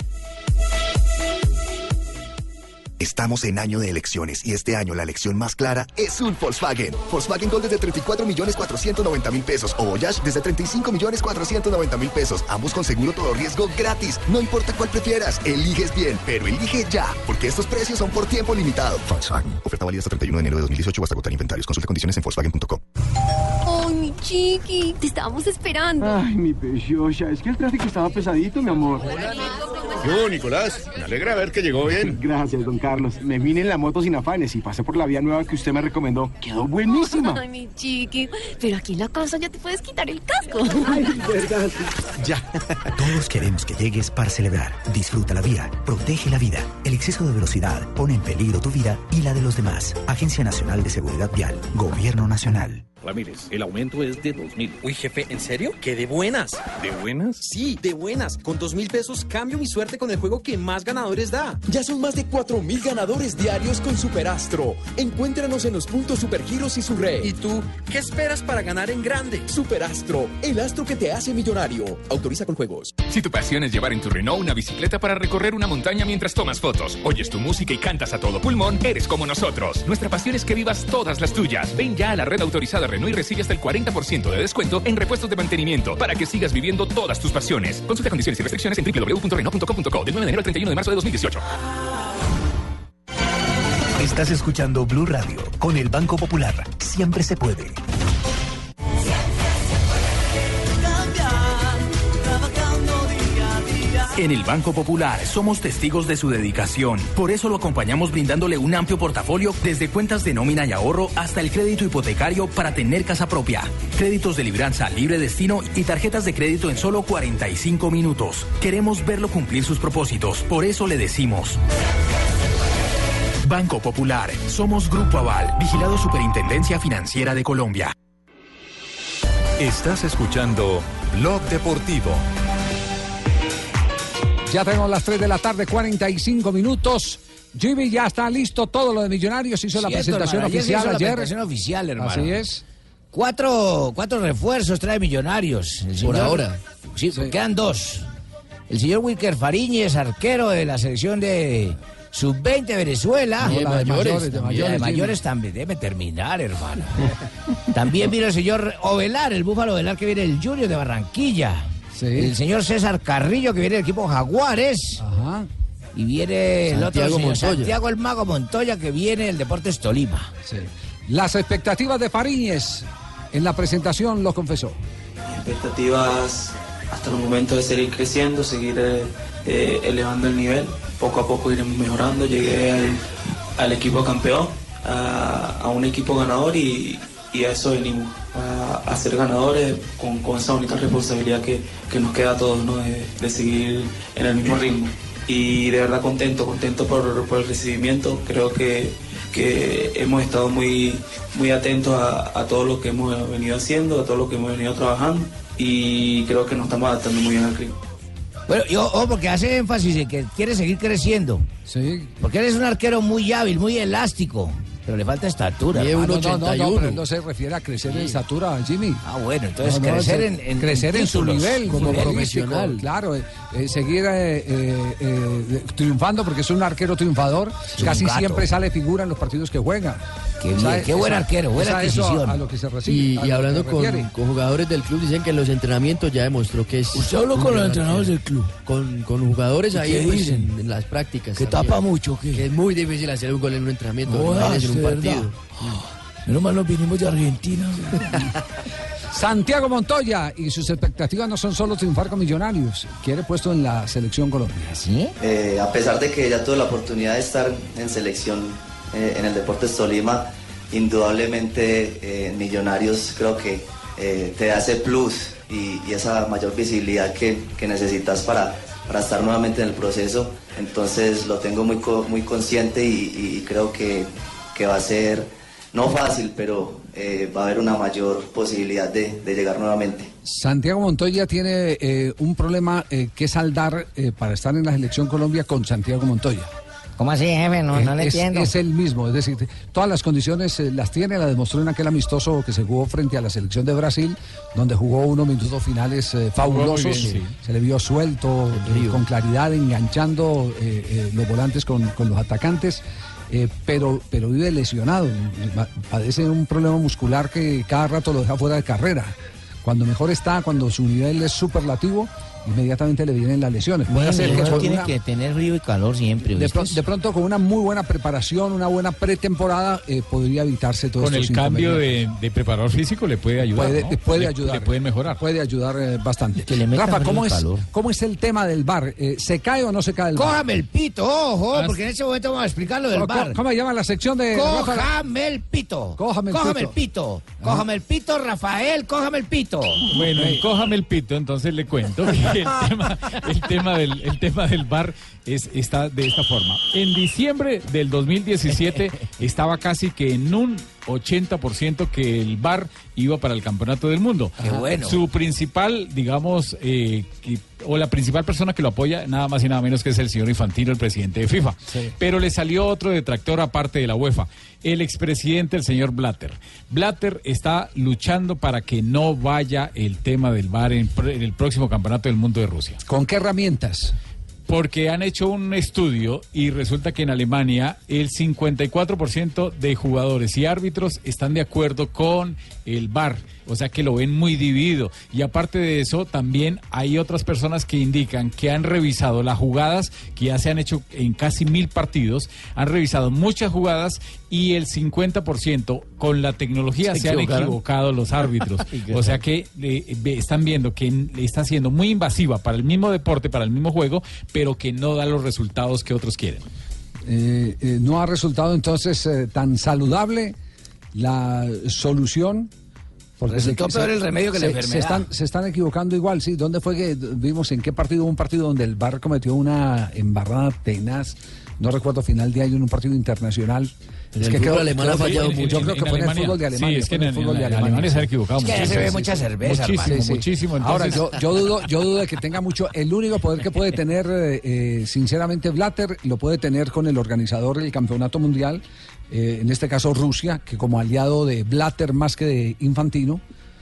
S12: Estamos en año de elecciones y este año la elección más clara es un Volkswagen. Volkswagen Gol desde treinta y cuatro millones cuatrocientos noventa mil pesos o Voyage desde treinta y cinco millones cuatrocientos noventa mil pesos. Ambos con seguro todo riesgo gratis. No importa cuál prefieras, eliges bien, pero elige ya, porque estos precios son por tiempo limitado. Volkswagen. Oferta válida hasta treinta y uno de enero de dos mil dieciocho o hasta agotar inventarios. Consulta condiciones en volkswagen punto com.
S15: ¡Ay, mi chiqui! Te estábamos esperando.
S18: Ay, mi preciosa, es que el tráfico estaba pesadito, mi amor.
S24: Yo, Nicolás, me alegra ver que llegó bien.
S18: Gracias, don Carlos. Me vine en la moto sin afanes y pasé por la vía nueva que usted me recomendó. Quedó buenísima.
S15: Ay, mi chiqui. Pero aquí en la casa ya te puedes quitar el casco.
S18: Ay, verdad.
S25: Ya. Todos queremos que llegues para celebrar. Disfruta la vía, protege la vida. El exceso de velocidad pone en peligro tu vida y la de los demás. Agencia Nacional de Seguridad Vial. Gobierno Nacional.
S26: Ramírez, el aumento es de dos mil. Uy, jefe, ¿en serio? ¿Qué de buenas? ¿De buenas?
S27: Sí, de buenas. Con dos mil pesos cambio mi suerte con el juego que más ganadores da. Ya son más de cuatro mil ganadores diarios con Superastro. Encuéntranos en los puntos Supergiros y su red. ¿Y tú qué esperas para ganar en grande? Superastro, el astro que te hace millonario. Autoriza con juegos.
S28: Si tu pasión es llevar en tu Renault una bicicleta para recorrer una montaña mientras tomas fotos, oyes tu música y cantas a todo pulmón, eres como nosotros. Nuestra pasión es que vivas todas las tuyas. Ven ya a la red autorizada Renault y recibe hasta el cuarenta por ciento de descuento en repuestos de mantenimiento para que sigas viviendo todas tus pasiones. Consulta condiciones y restricciones en doble u doble u doble u punto renault punto com punto co del nueve de enero al treinta y uno de marzo de dos mil dieciocho.
S25: Estás escuchando Blue Radio con el Banco Popular. Siempre se puede.
S29: En el Banco Popular somos testigos de su dedicación. Por eso lo acompañamos brindándole un amplio portafolio desde cuentas de nómina y ahorro hasta el crédito hipotecario para tener casa propia. Créditos de libranza, libre destino y tarjetas de crédito en solo cuarenta y cinco minutos. Queremos verlo cumplir sus propósitos. Por eso le decimos... Banco Popular. Somos Grupo Aval. Vigilado Superintendencia Financiera de Colombia.
S30: Estás escuchando Blog Deportivo.
S4: Ya tenemos las tres de la tarde, cuarenta y cinco minutos. Jimmy, ya está listo todo lo de Millonarios. Hizo la
S7: Cierto,
S4: presentación
S7: hermano, ayer se
S4: oficial
S7: hizo la
S4: ayer.
S7: presentación oficial, hermano.
S4: Así es.
S7: Cuatro, cuatro refuerzos trae Millonarios. El señor-
S11: Por ahora.
S7: Sí, quedan dos. El señor Wilker Fariñez, arquero de la selección de sub veinte de Venezuela.
S11: Y de
S7: La
S11: mayores,
S7: de
S11: también.
S7: mayores, de
S11: Jimmy.
S7: mayores también. Debe terminar, hermano. También vino el señor Ovelar, el Búfalo Ovelar que viene del Junior de Barranquilla. El señor César Carrillo que viene del equipo Jaguares.
S4: Ajá.
S7: Y viene el otro
S11: Santiago
S7: señor
S11: Montoya.
S7: Santiago el Mago Montoya que viene del Deportes Tolima.
S4: Sí. Las expectativas de Fariñez en la presentación lo confesó.
S2: Expectativas hasta el momento de seguir creciendo, seguir eh, eh, elevando el nivel. Poco a poco iremos mejorando. Llegué al, al equipo campeón, a, a un equipo ganador y, y a eso venimos, a, a ser ganadores con, con esa única responsabilidad que, que nos queda a todos, ¿no? de, de seguir en el mismo ritmo. Y de verdad contento, contento por, por el recibimiento. Creo que, que hemos estado muy, muy atentos a, a todo lo que hemos venido haciendo, a todo lo que hemos venido trabajando y creo que nos estamos adaptando muy bien al clima.
S7: Bueno, y ojo, porque hace énfasis en que quiere seguir creciendo.
S4: Sí.
S7: Porque él es un arquero muy hábil, muy elástico. Pero le falta estatura.
S4: Ah,
S7: hermano.
S4: no, no, no, no, pero él no se refiere a crecer en estatura, Jimmy.
S7: Ah, bueno, entonces
S4: No, no,
S7: crecer
S4: se-
S7: en, en
S4: crecer en su
S7: títulos,
S4: nivel
S7: como
S4: futbolístico,
S7: profesional.
S4: claro, eh, eh, seguir eh, eh, eh, triunfando porque es un arquero triunfador,
S7: Es un
S4: casi
S7: gato.
S4: siempre sale figura en los partidos que juega.
S7: Qué bien, qué buen arquero, buena
S4: es a eso
S7: adquisición.
S4: A, a lo que se recibe.
S11: Y,
S4: a lo
S11: y
S4: que
S11: hablando
S4: se
S11: con,
S4: refiere.
S11: con jugadores del club, dicen que en los entrenamientos ya demostró que es...
S7: ¿Usted habló con los entrenadores del club?
S11: Con, con jugadores
S7: ¿Y
S11: ahí
S7: qué
S11: pues,
S7: dicen?
S11: en, en las prácticas.
S7: ¿Que
S11: también.
S7: tapa mucho? ¿Qué?
S11: Que es muy difícil hacer un gol en un entrenamiento,
S7: No,
S11: imagínese en un
S7: de verdad.
S11: partido.
S7: Menos mal nos vinimos de Argentina.
S4: Santiago Montoya y sus expectativas no son solo triunfar con Millonarios, quiere puesto en la selección Colombia.
S7: ¿Sí?
S3: Eh, a pesar de que ya tuve la oportunidad de estar en selección eh, en el Deportes Tolima, indudablemente eh, en Millonarios creo que eh, te da ese plus y, y esa mayor visibilidad que, que necesitas para, para estar nuevamente en el proceso. Entonces lo tengo muy, co- muy consciente y, y creo que, que va a ser no fácil, pero eh, va a haber una mayor posibilidad de, de llegar nuevamente.
S4: Santiago Montoya tiene eh, un problema eh, que saldar eh, para estar en la selección Colombia con Santiago Montoya.
S17: ¿Cómo así, jefe? No, no le
S4: es,
S17: entiendo.
S4: es el mismo, es decir, todas las condiciones eh, las tiene, la demostró en aquel amistoso que se jugó frente a la selección de Brasil, donde jugó unos minutos finales eh, fabulosos,
S6: Jugó muy bien, sí.
S4: se le vio suelto, eh, con claridad, enganchando eh, eh, los volantes con, con los atacantes. Eh, pero, pero vive lesionado, pa- padece un problema muscular que cada rato lo deja fuera de carrera. Cuando mejor está, cuando su nivel es superlativo, inmediatamente le vienen las lesiones. Puede
S17: Bueno,
S4: ser que
S17: uno
S4: con
S17: tiene
S4: una-
S17: que tener frío y calor siempre.
S4: de,
S17: ¿viste?
S4: pro- de pronto con una muy buena preparación, una buena pretemporada, eh, podría evitarse todo
S6: Con el cambio de, de preparador físico le puede ayudar.
S4: Puede,
S6: ¿no?
S4: puede
S6: Le-
S4: ayudar.
S6: Le pueden mejorar.
S4: Puede ayudar eh, bastante.
S17: Que le metan
S4: Rafa,
S17: frío
S4: ¿cómo
S17: y
S4: es,
S17: calor.
S4: ¿cómo es el tema del bar? Eh, ¿Se cae o no se cae el bar?
S7: Cójame el pito, ojo,
S4: Ah,
S7: porque en ese momento vamos a explicar lo del
S4: ¿Cómo,
S7: bar.
S4: cómo se llama la sección de Rafa?
S7: Cójame el pito.
S4: Cójame el
S7: Cójame
S4: pito.
S7: el pito. Cójame el pito, Rafael, cójame el pito.
S6: Bueno, en cójame el pito, entonces le cuento que el tema, el tema del, el tema del bar es, está de esta forma. En diciembre del dos mil diecisiete estaba casi que en un ochenta por ciento que el bar iba para el campeonato del mundo.
S7: Qué bueno.
S6: Su principal, digamos, eh, que- o la principal persona que lo apoya, nada más y nada menos que es el señor Infantino, el presidente de FIFA.
S4: Sí.
S6: Pero le salió otro detractor aparte de la UEFA, el expresidente, el señor Blatter. Blatter está luchando para que no vaya el tema del bar en, pr- en el próximo campeonato del mundo de Rusia.
S4: ¿Con qué herramientas?
S6: Porque han hecho un estudio y resulta que en Alemania el cincuenta y cuatro por ciento de jugadores y árbitros están de acuerdo con el V A R, o sea que lo ven muy dividido. Y aparte de eso, también hay otras personas que indican que han revisado las jugadas que ya se han hecho en casi mil partidos, han revisado muchas jugadas y el cincuenta por ciento con la tecnología se,
S11: ¿Se
S6: han
S11: equivocaron?
S6: equivocado los árbitros. O sea que eh, ve- están viendo que n- está siendo muy invasiva para el mismo deporte, para el mismo juego, pero que no da los resultados que otros quieren.
S4: Eh, eh, ¿No ha resultado entonces eh, tan saludable la solución?
S7: Resultó
S4: se-
S7: peor el remedio que la
S4: se-
S7: enfermedad.
S4: Se están, se están equivocando igual, sí. ¿Dónde fue que vimos en qué partido? Un partido donde el V A R cometió una embarrada tenaz. No recuerdo final de año en un partido internacional.
S11: Es que el fútbol alemán ha fallado mucho.
S4: Yo creo que fue en el fútbol de Alemania.
S6: Sí, es que en el fútbol de Alemania se ha equivocado
S7: mucho. Es que se ve mucha cerveza,
S4: muchísimo,
S7: sí,
S4: muchísimo. Ahora, yo, yo dudo yo dudo de que tenga mucho. El único poder que puede tener, eh, sinceramente, Blatter, lo puede tener con el organizador del campeonato mundial, eh, en este caso Rusia, que como aliado de Blatter más que de Infantino,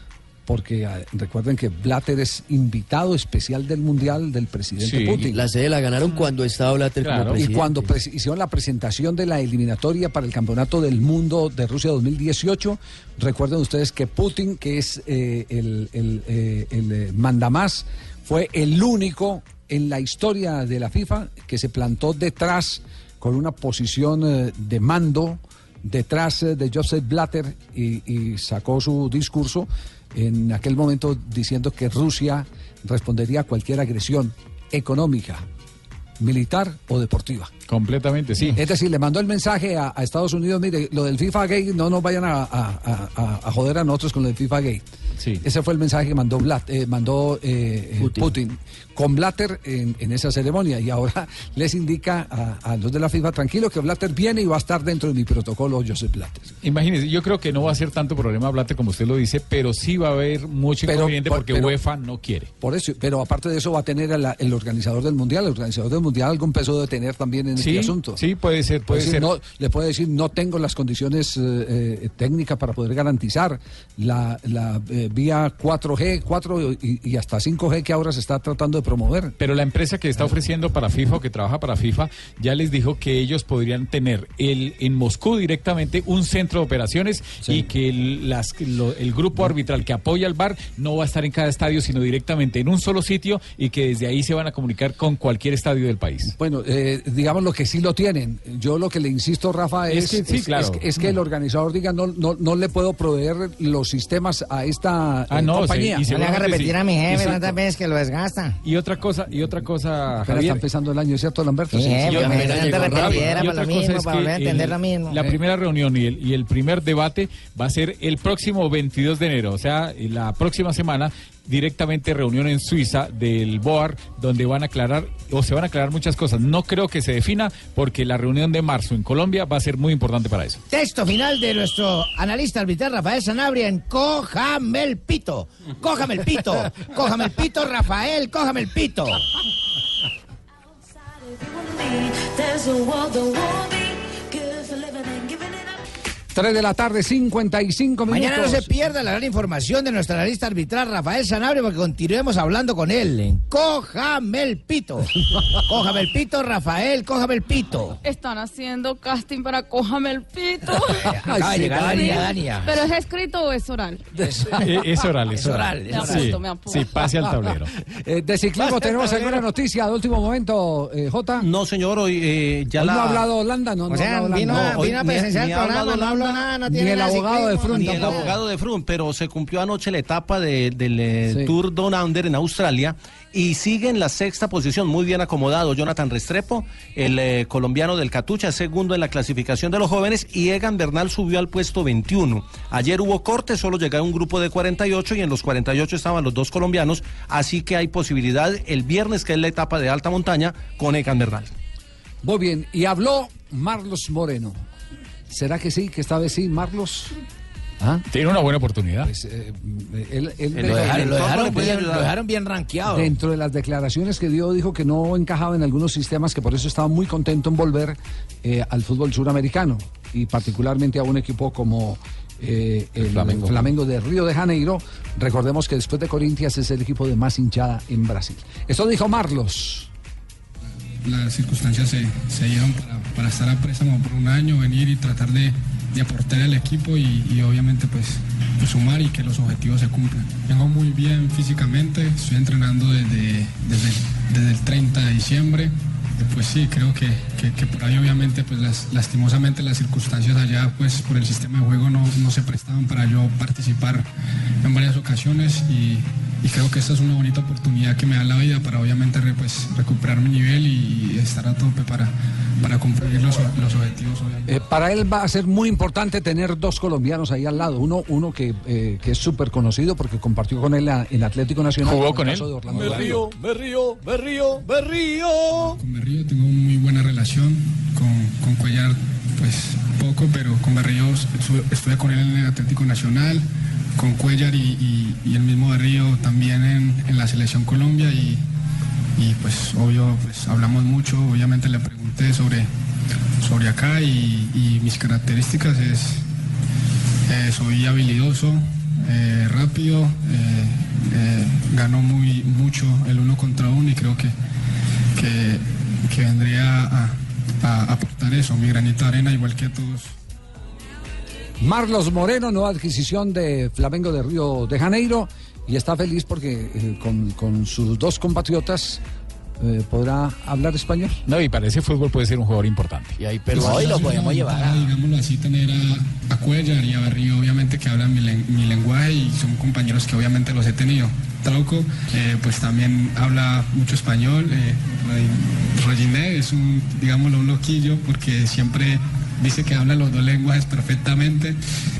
S4: porque eh, recuerden que Blatter es invitado especial del Mundial del presidente
S11: Sí,
S4: Putin.
S11: la sede la ganaron cuando estaba Blatter
S4: Claro,
S11: como presidente.
S4: y cuando pres- hicieron la presentación de la eliminatoria para el Campeonato del Mundo de Rusia dos mil dieciocho, recuerden ustedes que Putin, que es eh, el, el, eh, el eh, mandamás, fue el único en la historia de la FIFA que se plantó detrás con una posición eh, de mando detrás eh, de Joseph Blatter y, y sacó su discurso en aquel momento diciendo que Rusia respondería a cualquier agresión económica, militar o deportiva.
S6: Completamente, sí.
S4: Es decir, le mandó el mensaje a, a Estados Unidos, mire, lo del FIFA Gate, no nos vayan a, a, a, a joder a nosotros con lo del FIFA Gate.
S6: Sí.
S4: Ese fue el mensaje que mandó, Blat, eh, mandó eh, Putin. Putin con Blatter en, en esa ceremonia, y ahora les indica a, a los de la FIFA, tranquilo que Blatter viene y va a estar dentro de mi protocolo, Joseph Blatter.
S6: Imagínese, yo creo que no va a ser tanto problema Blatter como usted lo dice, pero sí va a haber mucho
S4: Pero,
S6: inconveniente
S4: por-
S6: porque
S4: pero-
S6: UEFA no quiere.
S4: Por eso, pero aparte de eso va a tener a la- el organizador del Mundial, el organizador del Mundial algún peso de tener también en
S6: Sí,
S4: este asunto.
S6: sí, puede ser, puede
S4: decir,
S6: ser.
S4: no- le puede decir, no tengo las condiciones eh, eh, técnicas para poder garantizar la, la eh, vía cuatro G, cuatro y, y hasta cinco G que ahora se está tratando de promover.
S6: Pero la empresa que está ofreciendo para FIFA o que trabaja para FIFA ya les dijo que ellos podrían tener el en Moscú directamente un centro de operaciones y que el, las, lo- el grupo arbitral que apoya al V A R no va a estar en cada estadio, sino directamente en un solo sitio y que desde ahí se van a comunicar con cualquier estadio del país.
S4: Bueno, eh, digamos lo que sí lo tienen. Yo lo que le insisto, Rafa, es,
S6: Es que sí,
S4: es-
S6: claro.
S4: es que- es que el organizador diga, no, no, no le puedo proveer los sistemas a esta
S6: Ah,
S4: eh,
S6: no,
S4: compañía.
S6: sí, y
S7: No le haga
S6: seguramente
S7: repetir
S6: sí.
S7: a mi
S6: Y
S7: jefe
S6: sí.
S7: tantas veces que lo desgasta.
S6: Y otra cosa, y otra cosa,
S4: Apenas
S6: Javier.
S4: está empezando el año, ¿cierto, Lamberto?
S7: Sí, jefe,
S6: Y otra-
S7: me
S6: y
S7: tanta
S6: otra-
S7: repetidera
S6: y
S7: para
S6: otra
S7: lo
S6: cosa
S7: mismo,
S6: es
S7: para
S6: que
S7: volver a entender
S6: el-
S7: lo mismo.
S6: La
S7: Eh.
S6: primera reunión y el, y el primer debate va a ser el próximo veintidós de enero, o sea, la próxima semana, directamente reunión en Suiza del B O A R, donde van a aclarar, o se van a aclarar muchas cosas. No creo que se defina, porque la reunión de marzo en Colombia va a ser muy importante para eso.
S7: Texto final de nuestro analista arbitral Rafael Sanabria en Cójame el pito. Cójame el pito. Cójame el pito, Rafael. Cójame el pito.
S1: There's a world that won't be good for living and giving it up.
S4: tres de la tarde, cincuenta y cinco minutos.
S7: Mañana no se pierda la gran información de nuestra analista arbitral Rafael Sanabria, porque continuemos hablando con él en Cójame el pito. Cójame el pito, Rafael. Cójame el pito.
S8: Están haciendo casting para Cójame el pito.
S7: Acaba de llegar la niña Dania.
S8: ¿Pero es escrito o es oral?
S6: Eh, Es oral, es
S7: Es oral,
S6: oral.
S7: es
S8: Me
S7: oral.
S8: apunto, me apunto.
S6: Sí, pase al tablero.
S4: Eh, de ciclismo tenemos alguna noticia de último momento, eh, Jota.
S16: No, señor, hoy eh, ya
S4: Hoy
S16: la...
S4: no ha hablado Holanda, no,
S7: O
S4: no
S7: sea,
S4: ha hablado
S7: vino,
S4: Holanda.
S7: a-
S16: No, hoy
S7: vino a
S16: ni-
S7: presenciar
S16: ni
S7: el
S16: ha
S7: programa,
S16: hablado
S7: no habló
S16: Holanda,
S7: nada, no
S4: ni
S7: tiene
S4: el
S7: nada de
S4: abogado de
S7: ciclismo,
S4: Frun
S16: Ni el
S4: tampoco.
S16: abogado de Froome, pero se cumplió anoche la etapa de- del eh,
S4: Sí.
S16: Tour Down Under en Australia y sigue en la sexta posición, muy bien acomodado Jonathan Restrepo, el eh, colombiano del Catucha, segundo en la clasificación de los jóvenes, y Egan Bernal subió al puesto veintiuno. Ayer hubo corte, solo llegaron un grupo de cuarenta y ocho y en los cuarenta y ocho estaban los dos colombianos, así que hay posibilidad el viernes, que es la etapa de alta montaña, con Egan Bernal.
S4: Muy bien, y habló Marlos Moreno. ¿Será que sí, que esta vez sí, Marlos? ¿Ah?
S6: Tiene una buena oportunidad.
S4: Pues, eh, él- él-
S7: Lo dejaron, lo
S16: el
S7: dejaron
S16: le puede
S7: bien,
S16: ayudar.
S7: lo dejaron bien rankeado.
S4: Dentro de las declaraciones que dio, dijo que no encajaba en algunos sistemas, que por eso estaba muy contento en volver eh, al fútbol suramericano y particularmente a un equipo como eh, el
S13: Flamengo.
S4: Flamengo de Río de Janeiro. Recordemos que después de Corinthians es el equipo de más hinchada en Brasil. Esto dijo Marlos.
S9: Las circunstancias se, se dieron para, para estar a préstamo por un año, venir y tratar de, de aportar al equipo y, y obviamente pues, pues sumar y que los objetivos se cumplan. Vengo muy bien físicamente, estoy entrenando desde, desde, desde el treinta de diciembre. Pues sí, creo que, que, que por ahí obviamente pues las, lastimosamente las circunstancias allá pues por el sistema de juego no, no se prestaban para yo participar en varias ocasiones y, y creo que esta es una bonita oportunidad que me da la vida para obviamente re- pues, recuperar mi nivel y estar a tope para, para cumplir los, los objetivos obviamente.
S4: Eh, para él va a ser muy importante tener dos colombianos ahí al lado. Uno, uno que, eh, que es súper conocido porque compartió con él a- en Atlético Nacional.
S6: ¿Jugó
S4: como
S6: con
S4: el
S6: él?
S4: caso de Orlando
S6: Me
S4: Darío.
S6: río,
S11: me río, me río, me río.
S9: Con Berrío tengo muy buena relación, con, con Cuellar pues poco, pero con Berrío estuve, estuve con él en el Atlético Nacional, con Cuellar y, y, y el mismo Berrío también en, en la Selección Colombia y, y pues obvio pues hablamos mucho, obviamente le pregunté sobre, sobre acá y, y mis características es eh, soy habilidoso, eh, rápido, eh, eh, gano muy mucho el uno contra uno y creo que, que, que vendría a, a aportar eso, mi granito de arena igual que a todos.
S4: Marlos Moreno, nueva adquisición de Flamengo de Río de Janeiro, y está feliz porque eh, con, con sus dos compatriotas eh, podrá hablar español.
S6: No, y para ese fútbol puede ser un jugador importante.
S7: Y ahí, pero hoy lo podemos llevar a...
S9: Digámoslo así, tener a, a Cuellar y a Berrío, obviamente que hablan mi, mi lenguaje y son compañeros que obviamente los he tenido. Trauco, eh, pues también habla mucho español. Eh, Roginé es un, digámoslo, un loquillo porque siempre dice que habla los dos lenguajes perfectamente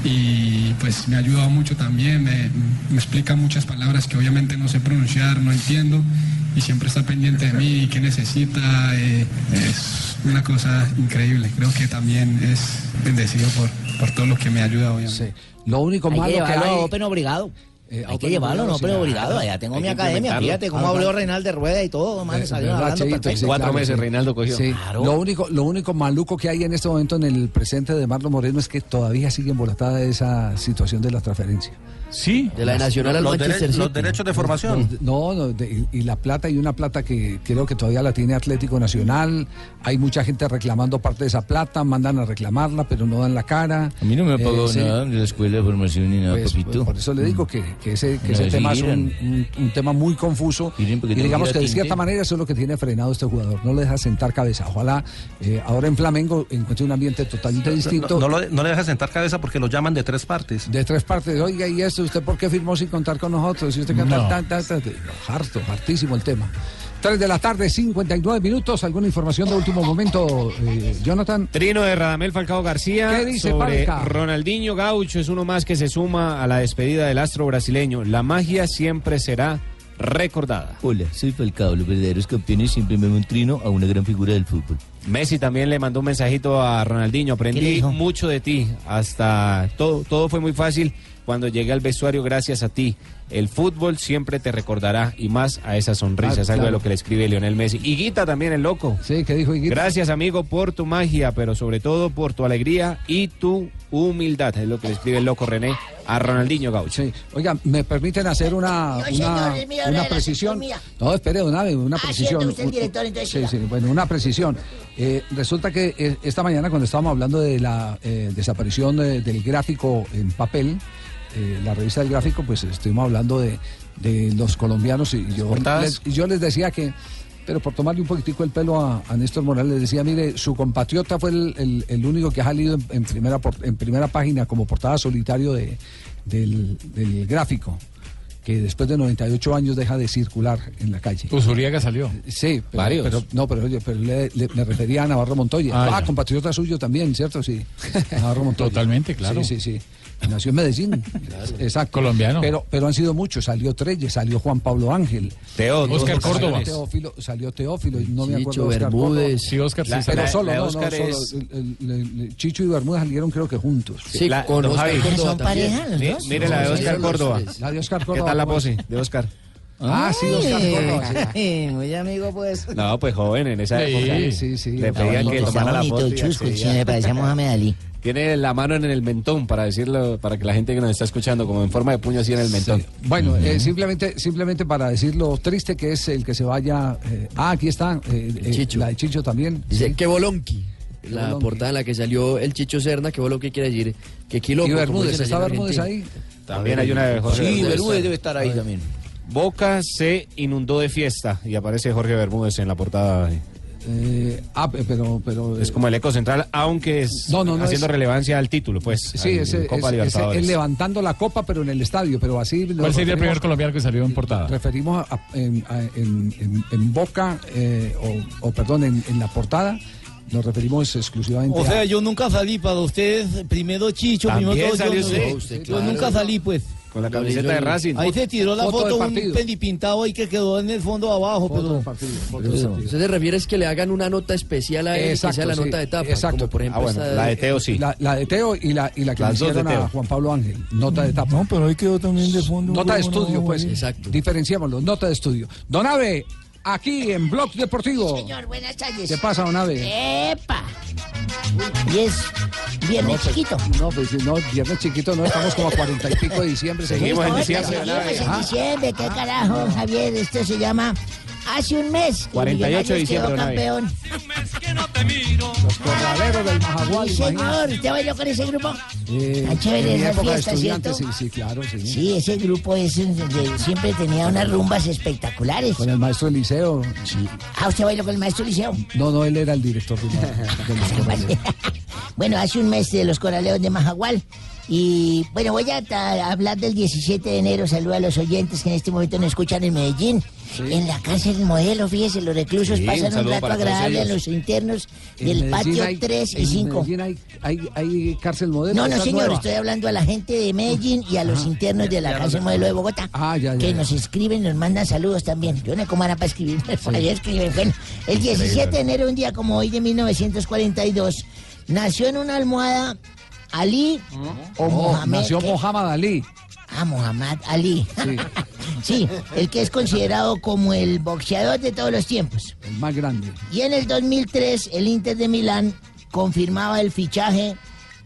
S9: y pues me ha ayudado mucho también, me, me explica muchas palabras que obviamente no sé pronunciar, no entiendo y siempre está pendiente de mí y qué necesita, eh, es una cosa increíble, creo que también es bendecido por, por todo lo que me ayuda obviamente.
S4: Sí. Lo único
S17: hay
S4: malo
S17: que llevarlo
S4: que hay...
S17: a Open obligado.
S4: Eh,
S17: hay que llevarlo, no, pero obligado. Allá tengo mi academia, fíjate cómo habló Reinaldo de Rueda y todo, man, salieron hablando perfecto.
S13: Sí, Cuatro claro, meses sí. Reinaldo cogió.
S4: Sí.
S13: Claro.
S4: Lo único, lo único maluco que hay en este momento en el presente de Marlon Moreno es que todavía sigue embolatada esa situación de la transferencia.
S6: Sí.
S11: De la Nacional al Manchester City.
S16: Los derechos de formación.
S4: No, no de, y la plata, y una plata que creo que todavía la tiene Atlético Nacional. Hay mucha gente reclamando parte de esa plata, mandan a reclamarla, pero no dan la cara.
S5: A mí no me ha pagado
S4: eh,
S5: nada de la escuela de formación ni nada,
S4: pues,
S5: papito.
S4: Por eso le digo que, que ese, que
S5: No,
S4: ese
S5: sí,
S4: tema es
S5: miran.
S4: un, un, un tema muy confuso.
S5: Miren, porque
S4: Y
S5: tengo
S4: digamos
S5: que
S4: que
S5: ir
S4: de
S5: a
S4: cierta
S5: tinte.
S4: manera eso es lo que tiene frenado este jugador. No le deja sentar cabeza. Ojalá eh, ahora en Flamengo encuentre un ambiente totalmente distinto.
S16: No, no, lo- no le deja sentar cabeza porque lo llaman de tres partes.
S4: De tres partes. Oiga, ¿y esto? ¿Usted por qué firmó sin contar con nosotros? Si usted canta
S16: No.
S4: tan, tan, tan, tan. Harto, hartísimo el tema. tres de la tarde, cincuenta y nueve minutos. ¿Alguna información de último momento, eh, Jonathan?
S13: Trino de Radamel Falcao García.
S4: ¿Qué dice
S13: sobre
S4: Falca?
S13: Ronaldinho Gaucho es uno más que se suma a la despedida del astro brasileño. La magia siempre será recordada.
S5: Hola, soy Falcao. Los verdaderos campeones siempre me un trino a una gran figura del fútbol.
S13: Messi también le mandó un mensajito a Ronaldinho.
S5: ¿Qué le
S13: Aprendí
S5: dijo?
S13: mucho de ti. Hasta todo, todo fue muy fácil cuando llegué al vestuario gracias a ti. El fútbol siempre te recordará y más a esa sonrisa.
S4: Ah,
S13: es algo
S4: claro.
S13: de lo que le escribe Lionel Messi. Higuita también, el loco.
S4: Sí, ¿qué dijo Higuita?
S13: Gracias, amigo, por tu magia, pero sobre todo por tu alegría y tu humildad. Es lo que le escribe el loco René a Ronaldinho Gaucho.
S4: Sí. Oiga, ¿me permiten hacer una,
S17: No,
S4: una,
S17: señor, es mi hora de
S4: una
S17: la
S4: precisión?
S17: sección mía.
S4: No, espere, una, una
S17: Ah,
S4: precisión.
S17: siendo usted el director, entonces
S4: Sí,
S17: siga.
S4: sí, bueno, una precisión. Eh, resulta que eh, esta mañana cuando estábamos hablando de la eh, desaparición de- del gráfico en papel, eh, la revista del gráfico, pues estuvimos hablando de, de los colombianos y yo
S13: ¿Portadas?
S4: les, y yo les decía que, pero por tomarle un poquitico el pelo a, a Néstor Morales, les decía, mire, su compatriota fue el, el- el único que ha salido en, en primera, por- en primera página como portada solitario de, del, del gráfico, que después de noventa y ocho años deja de circular en la calle.
S6: Usuriaga salió.
S4: Sí, pero,
S6: Varios.
S4: pero no, pero, oye, pero le, le- me refería a Navarro Montoya.
S6: Ah,
S4: Ah,
S6: ya.
S4: compatriota suyo también, ¿cierto? Sí. Navarro Montoya.
S6: Totalmente, claro.
S4: Sí, sí, sí. Nació en Medellín. Exacto.
S6: Colombiano.
S4: Pero, pero han sido muchos. Salió Treyes, salió Juan Pablo Ángel.
S13: Teo,
S6: Oscar
S4: Salió
S6: Córdoba.
S4: Teófilo, salió Teófilo, y no me
S11: Chicho,
S4: acuerdo de Oscar
S11: Bermúdez.
S4: Córdoba.
S6: Sí, Oscar sí
S13: La-
S4: Pero
S6: salió.
S4: solo,
S13: la de
S4: no, no,
S13: Oscar
S4: solo.
S13: es-
S4: El- el- el- el Chicho y Bermúdez salieron creo que juntos.
S11: Sí,
S13: La-
S11: con
S13: don
S11: Oscar
S13: Javi.
S11: Córdoba
S17: ¿Son
S11: también.
S17: pareja los
S13: Mi-
S17: dos?
S13: Mire la de
S11: No,
S13: Oscar
S11: sí, los
S13: Córdoba.
S11: tres.
S4: La de Oscar
S13: ¿Qué
S4: Córdoba.
S13: tal la
S4: ¿cómo es?
S13: pose de Oscar?
S4: Ah, sí, Oscar Córdoba. sí.
S17: Ay, muy amigo, pues.
S13: No, pues joven, en esa
S6: Sí,
S13: época.
S4: sí, sí.
S13: Le
S4: Está
S13: pedían
S17: bonito,
S13: que
S17: está
S13: tomara la
S17: bonito,
S13: foto. y
S17: chusco,
S13: accedía.
S17: sí, me parece a Mohamed Ali.
S13: Tiene la mano en el mentón para decirlo, para que la gente que nos está escuchando, como en forma de puño así en el mentón.
S4: Sí. Bueno, eh, simplemente, simplemente para decir lo triste que es el que se vaya. eh, ah, aquí está. eh,
S11: El
S4: eh,
S11: Chicho.
S4: La de Chicho también.
S11: Dice
S4: Sí.
S11: que Bolonqui. La
S4: Bolonqui.
S11: portada en la que salió el Chicho Serna, que Bolonqui quiere decir que Quiloco.
S4: Y
S11: como
S4: Bermúdez,
S11: dicen allá
S4: ¿está
S11: en
S4: Bermúdez
S11: Argentina.
S4: ahí?
S13: También hay una de Jorge
S11: Sí,
S13: Bermúdez.
S11: Bermúdez debe estar ahí también.
S13: Boca se inundó de fiesta y aparece Jorge Bermúdez en la portada.
S4: Eh, ah, pe- pero, pero
S13: Es como el eco central, aunque es
S4: No, no, no,
S13: haciendo
S4: es-
S13: relevancia al título, pues.
S4: sí,
S13: al
S4: ese,
S13: Copa
S4: es, ese-
S13: Libertadores.
S4: es levantando la copa, pero en el estadio, pero así.
S6: ¿Cuál
S4: nos
S6: sería el primer
S4: referimos-
S6: colombiano que salió en portada?
S4: Referimos a- en, a- en- en- en Boca, eh, o, o perdón, en, en la portada, nos referimos exclusivamente
S10: O sea,
S4: a.
S10: yo nunca salí para ustedes, primero Chicho,
S13: También
S10: primero todo,
S13: salió
S10: yo,
S13: usted.
S10: yo
S11: Usted, claro.
S10: nunca salí, pues.
S13: Con la camiseta de Racing.
S10: Ahí se tiró la
S4: Foto
S10: foto,
S4: del
S10: un
S4: partido.
S10: pendipintado ahí que quedó en el fondo abajo.
S4: Foto
S10: pero...
S4: del partido, foto del
S10: Eso.
S4: partido.
S11: Usted se refiere es que le hagan una nota especial a él, que sea la
S4: sí,
S11: nota de tapa.
S4: Exacto.
S11: Como por ejemplo
S13: Ah, bueno,
S11: esta
S13: la de Teo sí.
S4: La, la de Teo y la, y la que le
S13: Las dos de
S4: hicieron a
S13: Teo.
S4: Juan Pablo Ángel. Nota de tapa.
S10: No, pero ahí quedó también de fondo.
S4: Nota de
S10: huevo,
S4: estudio,
S10: no,
S4: pues.
S11: Exacto.
S4: Diferenciémoslo. Nota de estudio. Don Abe, aquí en Blog Deportivo.
S17: Señor, buenas tardes.
S4: ¿Qué pasa, Don Abe?
S17: ¡Epa! Y es viernes
S4: No, pues,
S17: chiquito.
S4: No, pues no, viernes chiquito no, estamos como a cuarenta y pico de diciembre.
S13: Seguimos en
S17: No,
S13: diciembre,
S17: Seguimos en
S4: Ah.
S17: diciembre. ¿Qué carajo, Javier? Esto se llama Hace un mes. que
S13: cuarenta y ocho de
S17: Millonarios
S13: diciembre,
S17: quedó
S13: una vez.
S17: campeón.
S4: Los corraleros del Majagual.
S17: Sí, señor. ¿Usted bailó con ese grupo?
S4: Eh,
S17: Tan chévere
S4: en mi
S17: esa
S4: época de
S17: fiesta,
S4: estudiantes, sí,
S17: ¿cierto?
S4: sí, claro, sí.
S17: Sí, ese grupo es, eh, de- siempre tenía unas rumbas espectaculares.
S4: Con el maestro del liceo.
S17: Ah, ¿usted bailó con el maestro Liceo?
S4: No, no, él era el director del, del liceo.
S17: Bueno, hace un mes de los corraleros de Majagual. Y bueno, voy a ta- hablar del diecisiete de enero. Saludo a los oyentes que en este momento nos escuchan en Medellín. En la cárcel Modelo, fíjese, los reclusos
S13: Sí, un
S17: pasan un
S13: saludo
S17: rato
S13: para todos
S17: agradable a
S13: ellos.
S17: los internos
S4: En
S17: del
S4: Medellín
S17: patio
S4: hay-
S17: tres y
S4: en
S17: cinco.
S4: Medellín hay, hay, hay cárcel modelo.
S17: No, no,
S4: esa
S17: señor,
S4: nueva.
S17: estoy hablando a la gente de Medellín y a los internos de la cárcel Modelo de Bogotá.
S4: Ah, ya, ya,
S17: que
S4: ya.
S17: nos escriben, nos mandan saludos también. Yo no sé cómo hará para escribir, por ahí escriben. Bueno, el diecisiete de enero, un día como hoy de mil novecientos cuarenta y dos, nació en una almohada Ali o
S4: No,
S17: Mohamed.
S4: nació
S17: ¿qué?
S4: Mohamed Ali.
S17: Ah, Muhammad Ali.
S4: Sí.
S17: Sí, el que es considerado como el boxeador de todos los tiempos.
S4: El más grande.
S17: Y en el dos mil tres, el Inter de Milán confirmaba el fichaje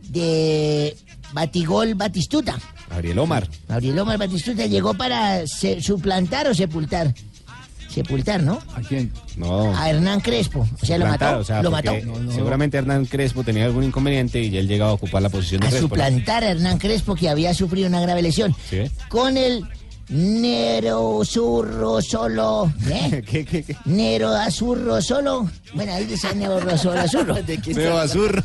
S17: de Batigol Batistuta.
S13: Gabriel Omar.
S17: Gabriel Omar Batistuta llegó para se- suplantar o sepultar. Sepultar, ¿no?
S4: ¿A quién?
S13: No.
S17: A Hernán Crespo. O sea, lo
S13: Suplantar,
S17: mató.
S13: o sea,
S17: lo
S13: porque
S17: mató.
S13: seguramente Hernán Crespo tenía algún inconveniente y él llegaba a ocupar la posición de
S17: A
S13: Crespo. ¿no?
S17: suplantar a Hernán Crespo, que había sufrido una grave lesión.
S13: ¿Sí?
S17: Con el Nero Zurro Solo. ¿Eh?
S13: ¿Qué, qué, qué?
S17: Nero Azurro Solo. Bueno, ahí dice Nero Solo Azurro.
S13: Nero Azurro.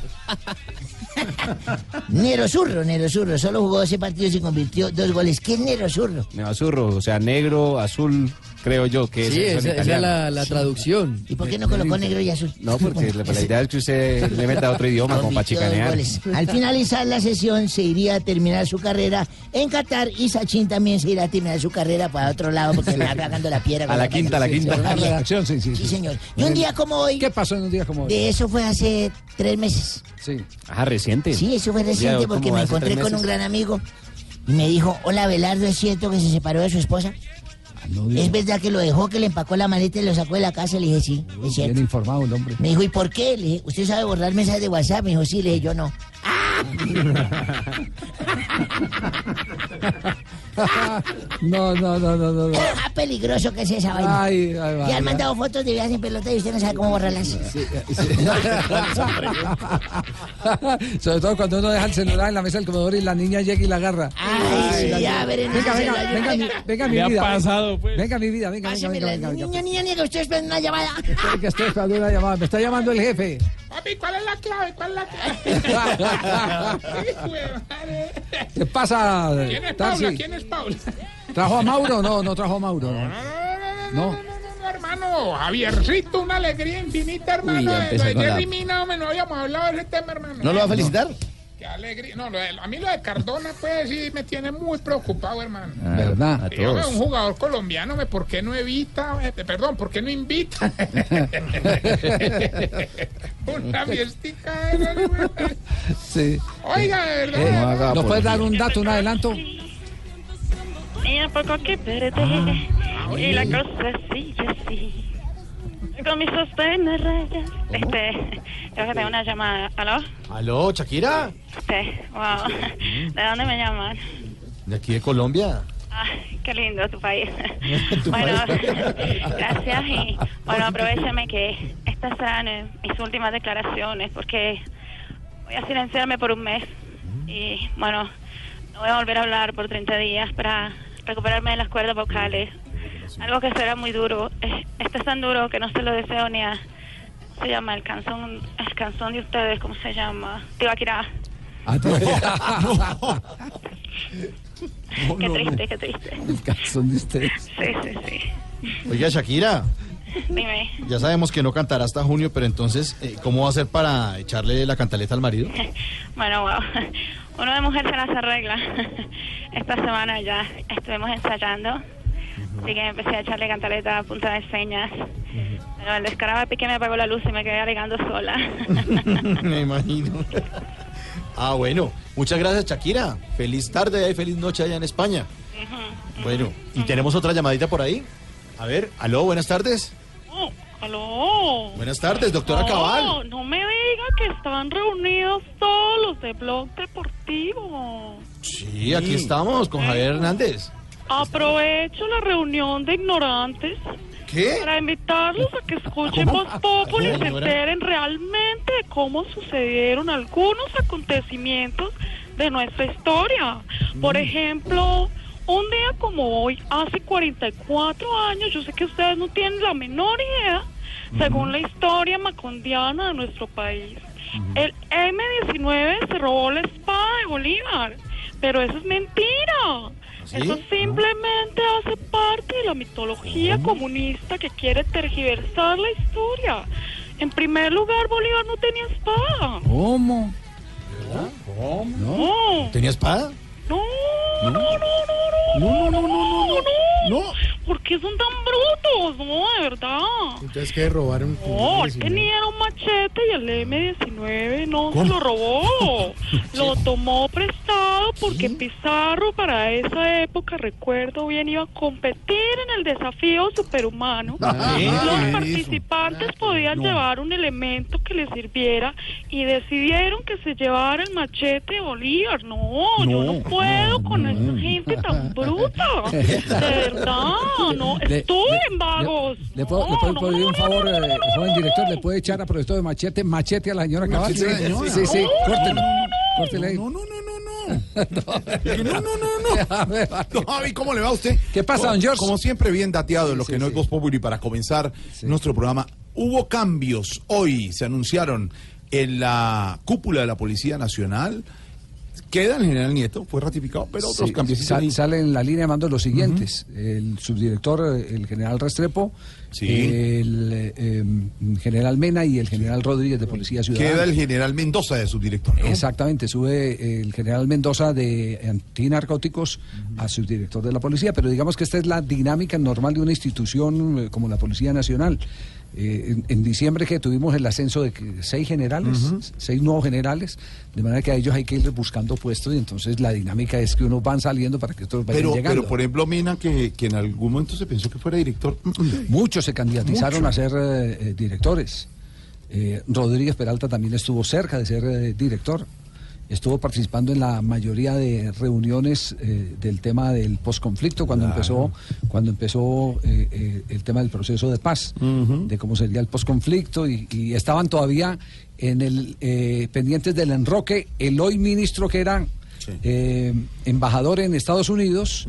S17: Nero Zurro, Nero Zurro. Solo jugó doce partidos y convirtió dos goles. ¿Qué es Nero Zurro?
S13: Nero Azurro, o sea, negro, azul, creo yo que es
S11: Sí,
S13: eso en
S11: esa, esa es
S13: italiano.
S11: la, la traducción.
S17: ¿Y por qué no colocó negro y azul?
S13: No, porque la, la idea es que usted le meta otro idioma como para
S17: Convirtió dos
S13: chicanear.
S17: goles. Al finalizar la sesión se iría a terminar su carrera en Qatar y Sachin también se irá a terminar su carrera para otro lado porque me va cagando la piedra. con
S13: A la quinta, a la
S17: Sí,
S13: quinta.
S17: sí,
S4: La
S17: Javier.
S4: redacción, sí, sí.
S17: Sí, señor. Y un día como hoy,
S4: ¿Qué pasó en un día como hoy?
S17: de eso fue hace tres meses.
S4: Sí.
S13: Ajá, reciente.
S17: Sí, eso fue
S13: Ya,
S17: reciente
S13: ¿cómo
S17: porque me
S13: hace
S17: encontré
S13: tres
S17: con un
S13: meses?
S17: gran amigo y me dijo, hola Belardo, ¿es cierto que se separó de su esposa?
S4: Ah, no, Dios.
S17: ¿Es verdad que lo dejó, que le empacó la maleta y lo sacó de la casa? Le dije, sí, es
S4: Bien
S17: cierto.
S4: informado el hombre.
S17: Me dijo, ¿y por qué? Le dije, ¿usted sabe borrar mensajes de WhatsApp? Me dijo, sí, le dije, yo no.
S4: No, no, no, no, no. no.
S17: Ah, peligroso que es esa vaina.
S4: Ay, ay,
S17: Ya
S4: vaya.
S17: han mandado fotos de viajes en pelota y usted no sabe cómo borrarlas.
S4: Sobre todo cuando uno deja el celular en la mesa del comedor y la niña llega y la agarra.
S17: Ay,
S4: la
S17: sí,
S4: lleva.
S17: a ver, en
S4: Venga,
S17: ese
S4: venga,
S17: celular,
S4: venga, mi-
S17: venga.
S4: venga mi
S6: Le ha
S4: vida.
S6: pasado, pues.
S4: Venga mi vida, venga, venga,
S17: Páseme
S4: venga,
S17: la
S4: venga, venga.
S17: niña, niña, niña, que usted espera una llamada.
S4: Espere que estoy esperando una llamada. Me está llamando el jefe.
S12: Papi, ¿cuál es la clave? ¿Cuál es la clave?
S4: ¿Qué pasa?
S12: ¿Quién es
S4: Tarsi?
S12: Paula? ¿Quién es Paula?
S4: ¿Trajo a Mauro? No, no trajo a Mauro. No. No.
S12: No, hermano, Javiercito, una alegría infinita, hermano.
S10: Uy, ya
S12: Lo de
S10: empezó con la-
S12: Jerry Mina, hombre, no habíamos hablado de ese tema, hermano.
S10: ¿No lo va a felicitar?
S12: Qué alegría. No, lo de- a mí lo de Cardona, pues sí, me tiene muy preocupado, hermano.
S4: ¿Verdad?
S10: A
S12: Sí, hombre,
S10: todos.
S12: un jugador colombiano, hombre, ¿por qué no evita? eh, Perdón, ¿por qué no invita? Una fiestica. eh,
S4: Sí.
S12: Oiga, de verdad.
S4: Eh,
S10: No haga
S4: ¿Nos puedes dar un
S10: política.
S4: dato, un adelanto?
S8: Y a poco que perdí. Y la cosa sigue así. Con mis sostenes rayas. Este, creo que tengo una llamada. ¿Aló?
S10: ¿Aló, Shakira?
S8: Este, wow. ¿De dónde me llaman?
S10: De aquí de Colombia.
S8: Ay, qué lindo tu país.
S10: Tu
S8: Bueno,
S10: país.
S8: gracias y bueno, aprovechame que estas serán eh, mis últimas declaraciones porque voy a silenciarme por un mes y bueno, no voy a volver a hablar por treinta días para recuperarme de las cuerdas vocales. Algo que será muy duro. Eh, Esto es tan duro que no se lo deseo ni a... ¿Cómo se llama? El canción, el canción de ustedes, ¿cómo se llama? Tibaquirá.
S4: Ah, tío.
S8: Qué triste, qué triste.
S4: El calzón de usted.
S8: Sí, sí, sí.
S10: Oiga, Shakira.
S8: Dime.
S10: Ya sabemos que no cantará hasta junio, pero entonces, eh, ¿cómo va a ser para echarle la cantaleta al marido?
S8: Bueno, wow. Uno de mujer se las arregla. Esta semana ya estuvimos ensayando. Así que empecé a echarle cantaleta a punta de señas. Pero el descarado de Piqué me apagó la luz y me quedé alegando sola.
S10: Me imagino. Ah, bueno. Muchas gracias, Shakira. Feliz tarde y feliz noche allá en España. Bueno, ¿y tenemos otra llamadita por ahí? A ver, aló, buenas tardes.
S14: Oh, aló.
S10: Buenas tardes, doctora
S14: No,
S10: Cabal.
S14: no me diga que están reunidos todos los de Blog Deportivo.
S10: Sí, aquí estamos con Javier Hernández.
S14: Aprovecho la reunión de ignorantes.
S10: ¿Qué?
S14: Para invitarlos a que escuchen
S10: ¿Cómo?
S14: Voz Populi y se
S10: Señora.
S14: enteren realmente de cómo sucedieron algunos acontecimientos de nuestra historia. Por ejemplo, un día como hoy, hace cuarenta y cuatro años, yo sé que ustedes no tienen la menor idea, según la historia macondiana de nuestro país, el eme diecinueve se robó la espada de Bolívar, pero eso es mentira.
S10: ¿Sí?
S14: Eso simplemente hace parte de la mitología comunista que quiere tergiversar la historia. En primer lugar, Bolívar no tenía espada.
S4: ¿Cómo?
S10: ¿Cómo?
S14: No.
S10: ¿Tenía espada?
S14: No, no, no, no, no,
S10: No, no, no, no, no,
S14: no. ¿Por qué son tan brutos? No, de verdad.
S10: Entonces, ¿qué? ¿Robaron?
S14: No, él tenía un machete y el eme diecinueve no
S10: ¿Cómo?
S14: se lo robó. Lo tomó prestado porque Pizarro para esa época, recuerdo bien, iba a competir en el desafío superhumano.
S10: Ah, ¿qué?
S14: Los
S10: ¿Qué
S14: participantes podían
S10: No.
S14: llevar un elemento que les sirviera y decidieron que se llevara el machete de Bolívar. No, yo no puedo con esa gente tan bruta. De verdad, no.
S4: Le-
S14: Estuve
S4: le-
S14: en vagos.
S4: ¿Le puedo,
S14: No,
S4: le puedo
S14: no,
S4: pedir
S14: no,
S4: un
S14: no,
S4: favor,
S14: no, no,
S4: eh, joven director? ¿Le puede echar a propósito de machete, machete a la señora Cabal?
S10: Sí, señora.
S4: sí, sí,
S14: No,
S4: córtelo.
S14: no, no,
S4: Córtelo ahí.
S10: No, no, no, no, no. No, no, no,
S4: Déjame, vale.
S15: No, Javi, ¿cómo le va a usted?
S4: ¿Qué pasa,
S15: Como-
S4: don George?
S15: Como siempre, bien dateado en lo
S4: Sí,
S15: que
S4: sí,
S15: no
S4: sí.
S15: es Voz Populi para comenzar nuestro programa. Hubo cambios hoy, se anunciaron en la cúpula de la Policía Nacional. Queda el general Nieto, fue ratificado, pero otros
S4: Sí,
S15: cambios.
S4: sal- sale en la línea de mando los siguientes: el subdirector, eh, el general Restrepo,
S15: Sí.
S4: el eh, em, general Mena y el general Rodríguez de Policía Ciudadana.
S15: Queda el general Mendoza de subdirector, ¿no?
S4: Exactamente, sube el general Mendoza de antinarcóticos a subdirector de la policía, pero digamos que esta es la dinámica normal de una institución eh, como la Policía Nacional. Eh, en, en diciembre que tuvimos el ascenso de que seis generales,
S15: Ujú.
S4: seis nuevos generales, de manera que a ellos hay que ir buscando puestos y entonces la dinámica es que unos van saliendo para que otros vayan
S15: Pero,
S4: llegando.
S15: pero, por ejemplo, Mena, que, que en algún momento se pensó que fuera director.
S4: Muchos se candidatizaron
S15: Mucho.
S4: a ser eh, eh, directores. Eh, Rodríguez Peralta también estuvo cerca de ser eh, director. Estuvo participando en la mayoría de reuniones eh, del tema del posconflicto cuando
S15: Claro.
S4: empezó cuando empezó eh, eh, el tema del proceso de paz, de cómo sería el posconflicto y, y estaban todavía en el eh, pendientes del enroque el hoy ministro que era eh, embajador en Estados Unidos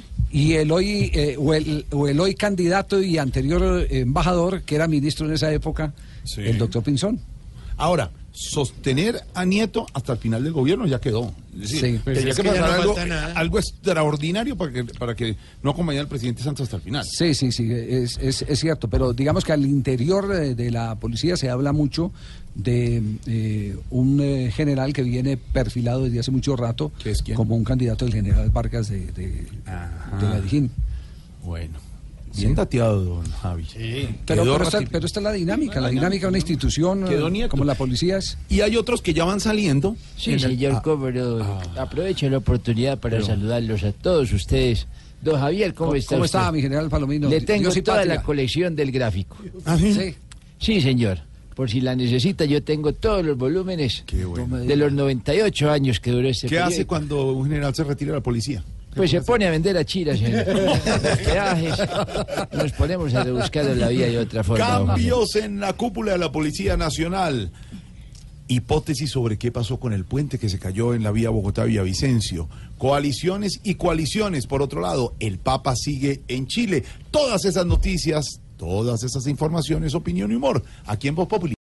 S4: y el hoy eh, o, el, o el hoy candidato y anterior eh, embajador que era ministro en esa época,
S15: Sí.
S4: el doctor Pinzón.
S15: Ahora, sostener a Nieto hasta el final del gobierno ya quedó. Es decir,
S4: Sí.
S15: tenía
S4: Pues es
S15: que
S4: que ya
S15: pasar
S4: no
S15: algo,
S4: falta nada.
S15: algo extraordinario para que, para que no acompañara al presidente Santos hasta el final.
S4: Sí, sí, sí, es, es, es cierto, pero digamos que al interior de, de la policía se habla mucho de eh, un eh, general que viene perfilado desde hace mucho rato como un candidato del general Vargas de, de, de la Dijín.
S15: Bueno, bien dateado, don Javi.
S4: Pero,
S15: Quedó
S4: pero, esta,
S15: ratificado.
S4: pero esta es la dinámica, la dinámica de una institución eh,
S15: Quedó Nieto.
S4: como la policía es.
S15: Y hay otros que ya van saliendo.
S18: Sí,
S15: En el-
S18: señor
S15: ah,
S18: Cobro, aprovecho la oportunidad para
S15: Pero-
S18: saludarlos a todos ustedes. Don Javier, ¿cómo,
S4: ¿Cómo-
S18: está
S4: cómo
S18: usted?
S4: está, mi general Palomino?
S18: Le
S4: Dios
S18: tengo
S4: y
S18: toda
S4: patria.
S18: la colección del gráfico.
S15: ¿Ah, sí?
S4: Sí.
S18: Sí, señor. Por si la necesita, yo tengo todos los volúmenes de los noventa y ocho años que duró este
S15: ¿Qué hace
S18: periódico.
S15: cuando un general se retira de la policía?
S18: Pues se pone a vender a chiras en peajes. Nos ponemos a rebuscar en la vida de otra forma. don Javier.
S15: Cambios en la cúpula de la Policía Nacional. Hipótesis sobre qué pasó con el puente que se cayó en la vía Bogotá-Villavicencio. Coaliciones y coaliciones. Por otro lado, el Papa sigue en Chile. Todas esas noticias, todas esas informaciones, opinión y humor. Aquí en Voz Populi.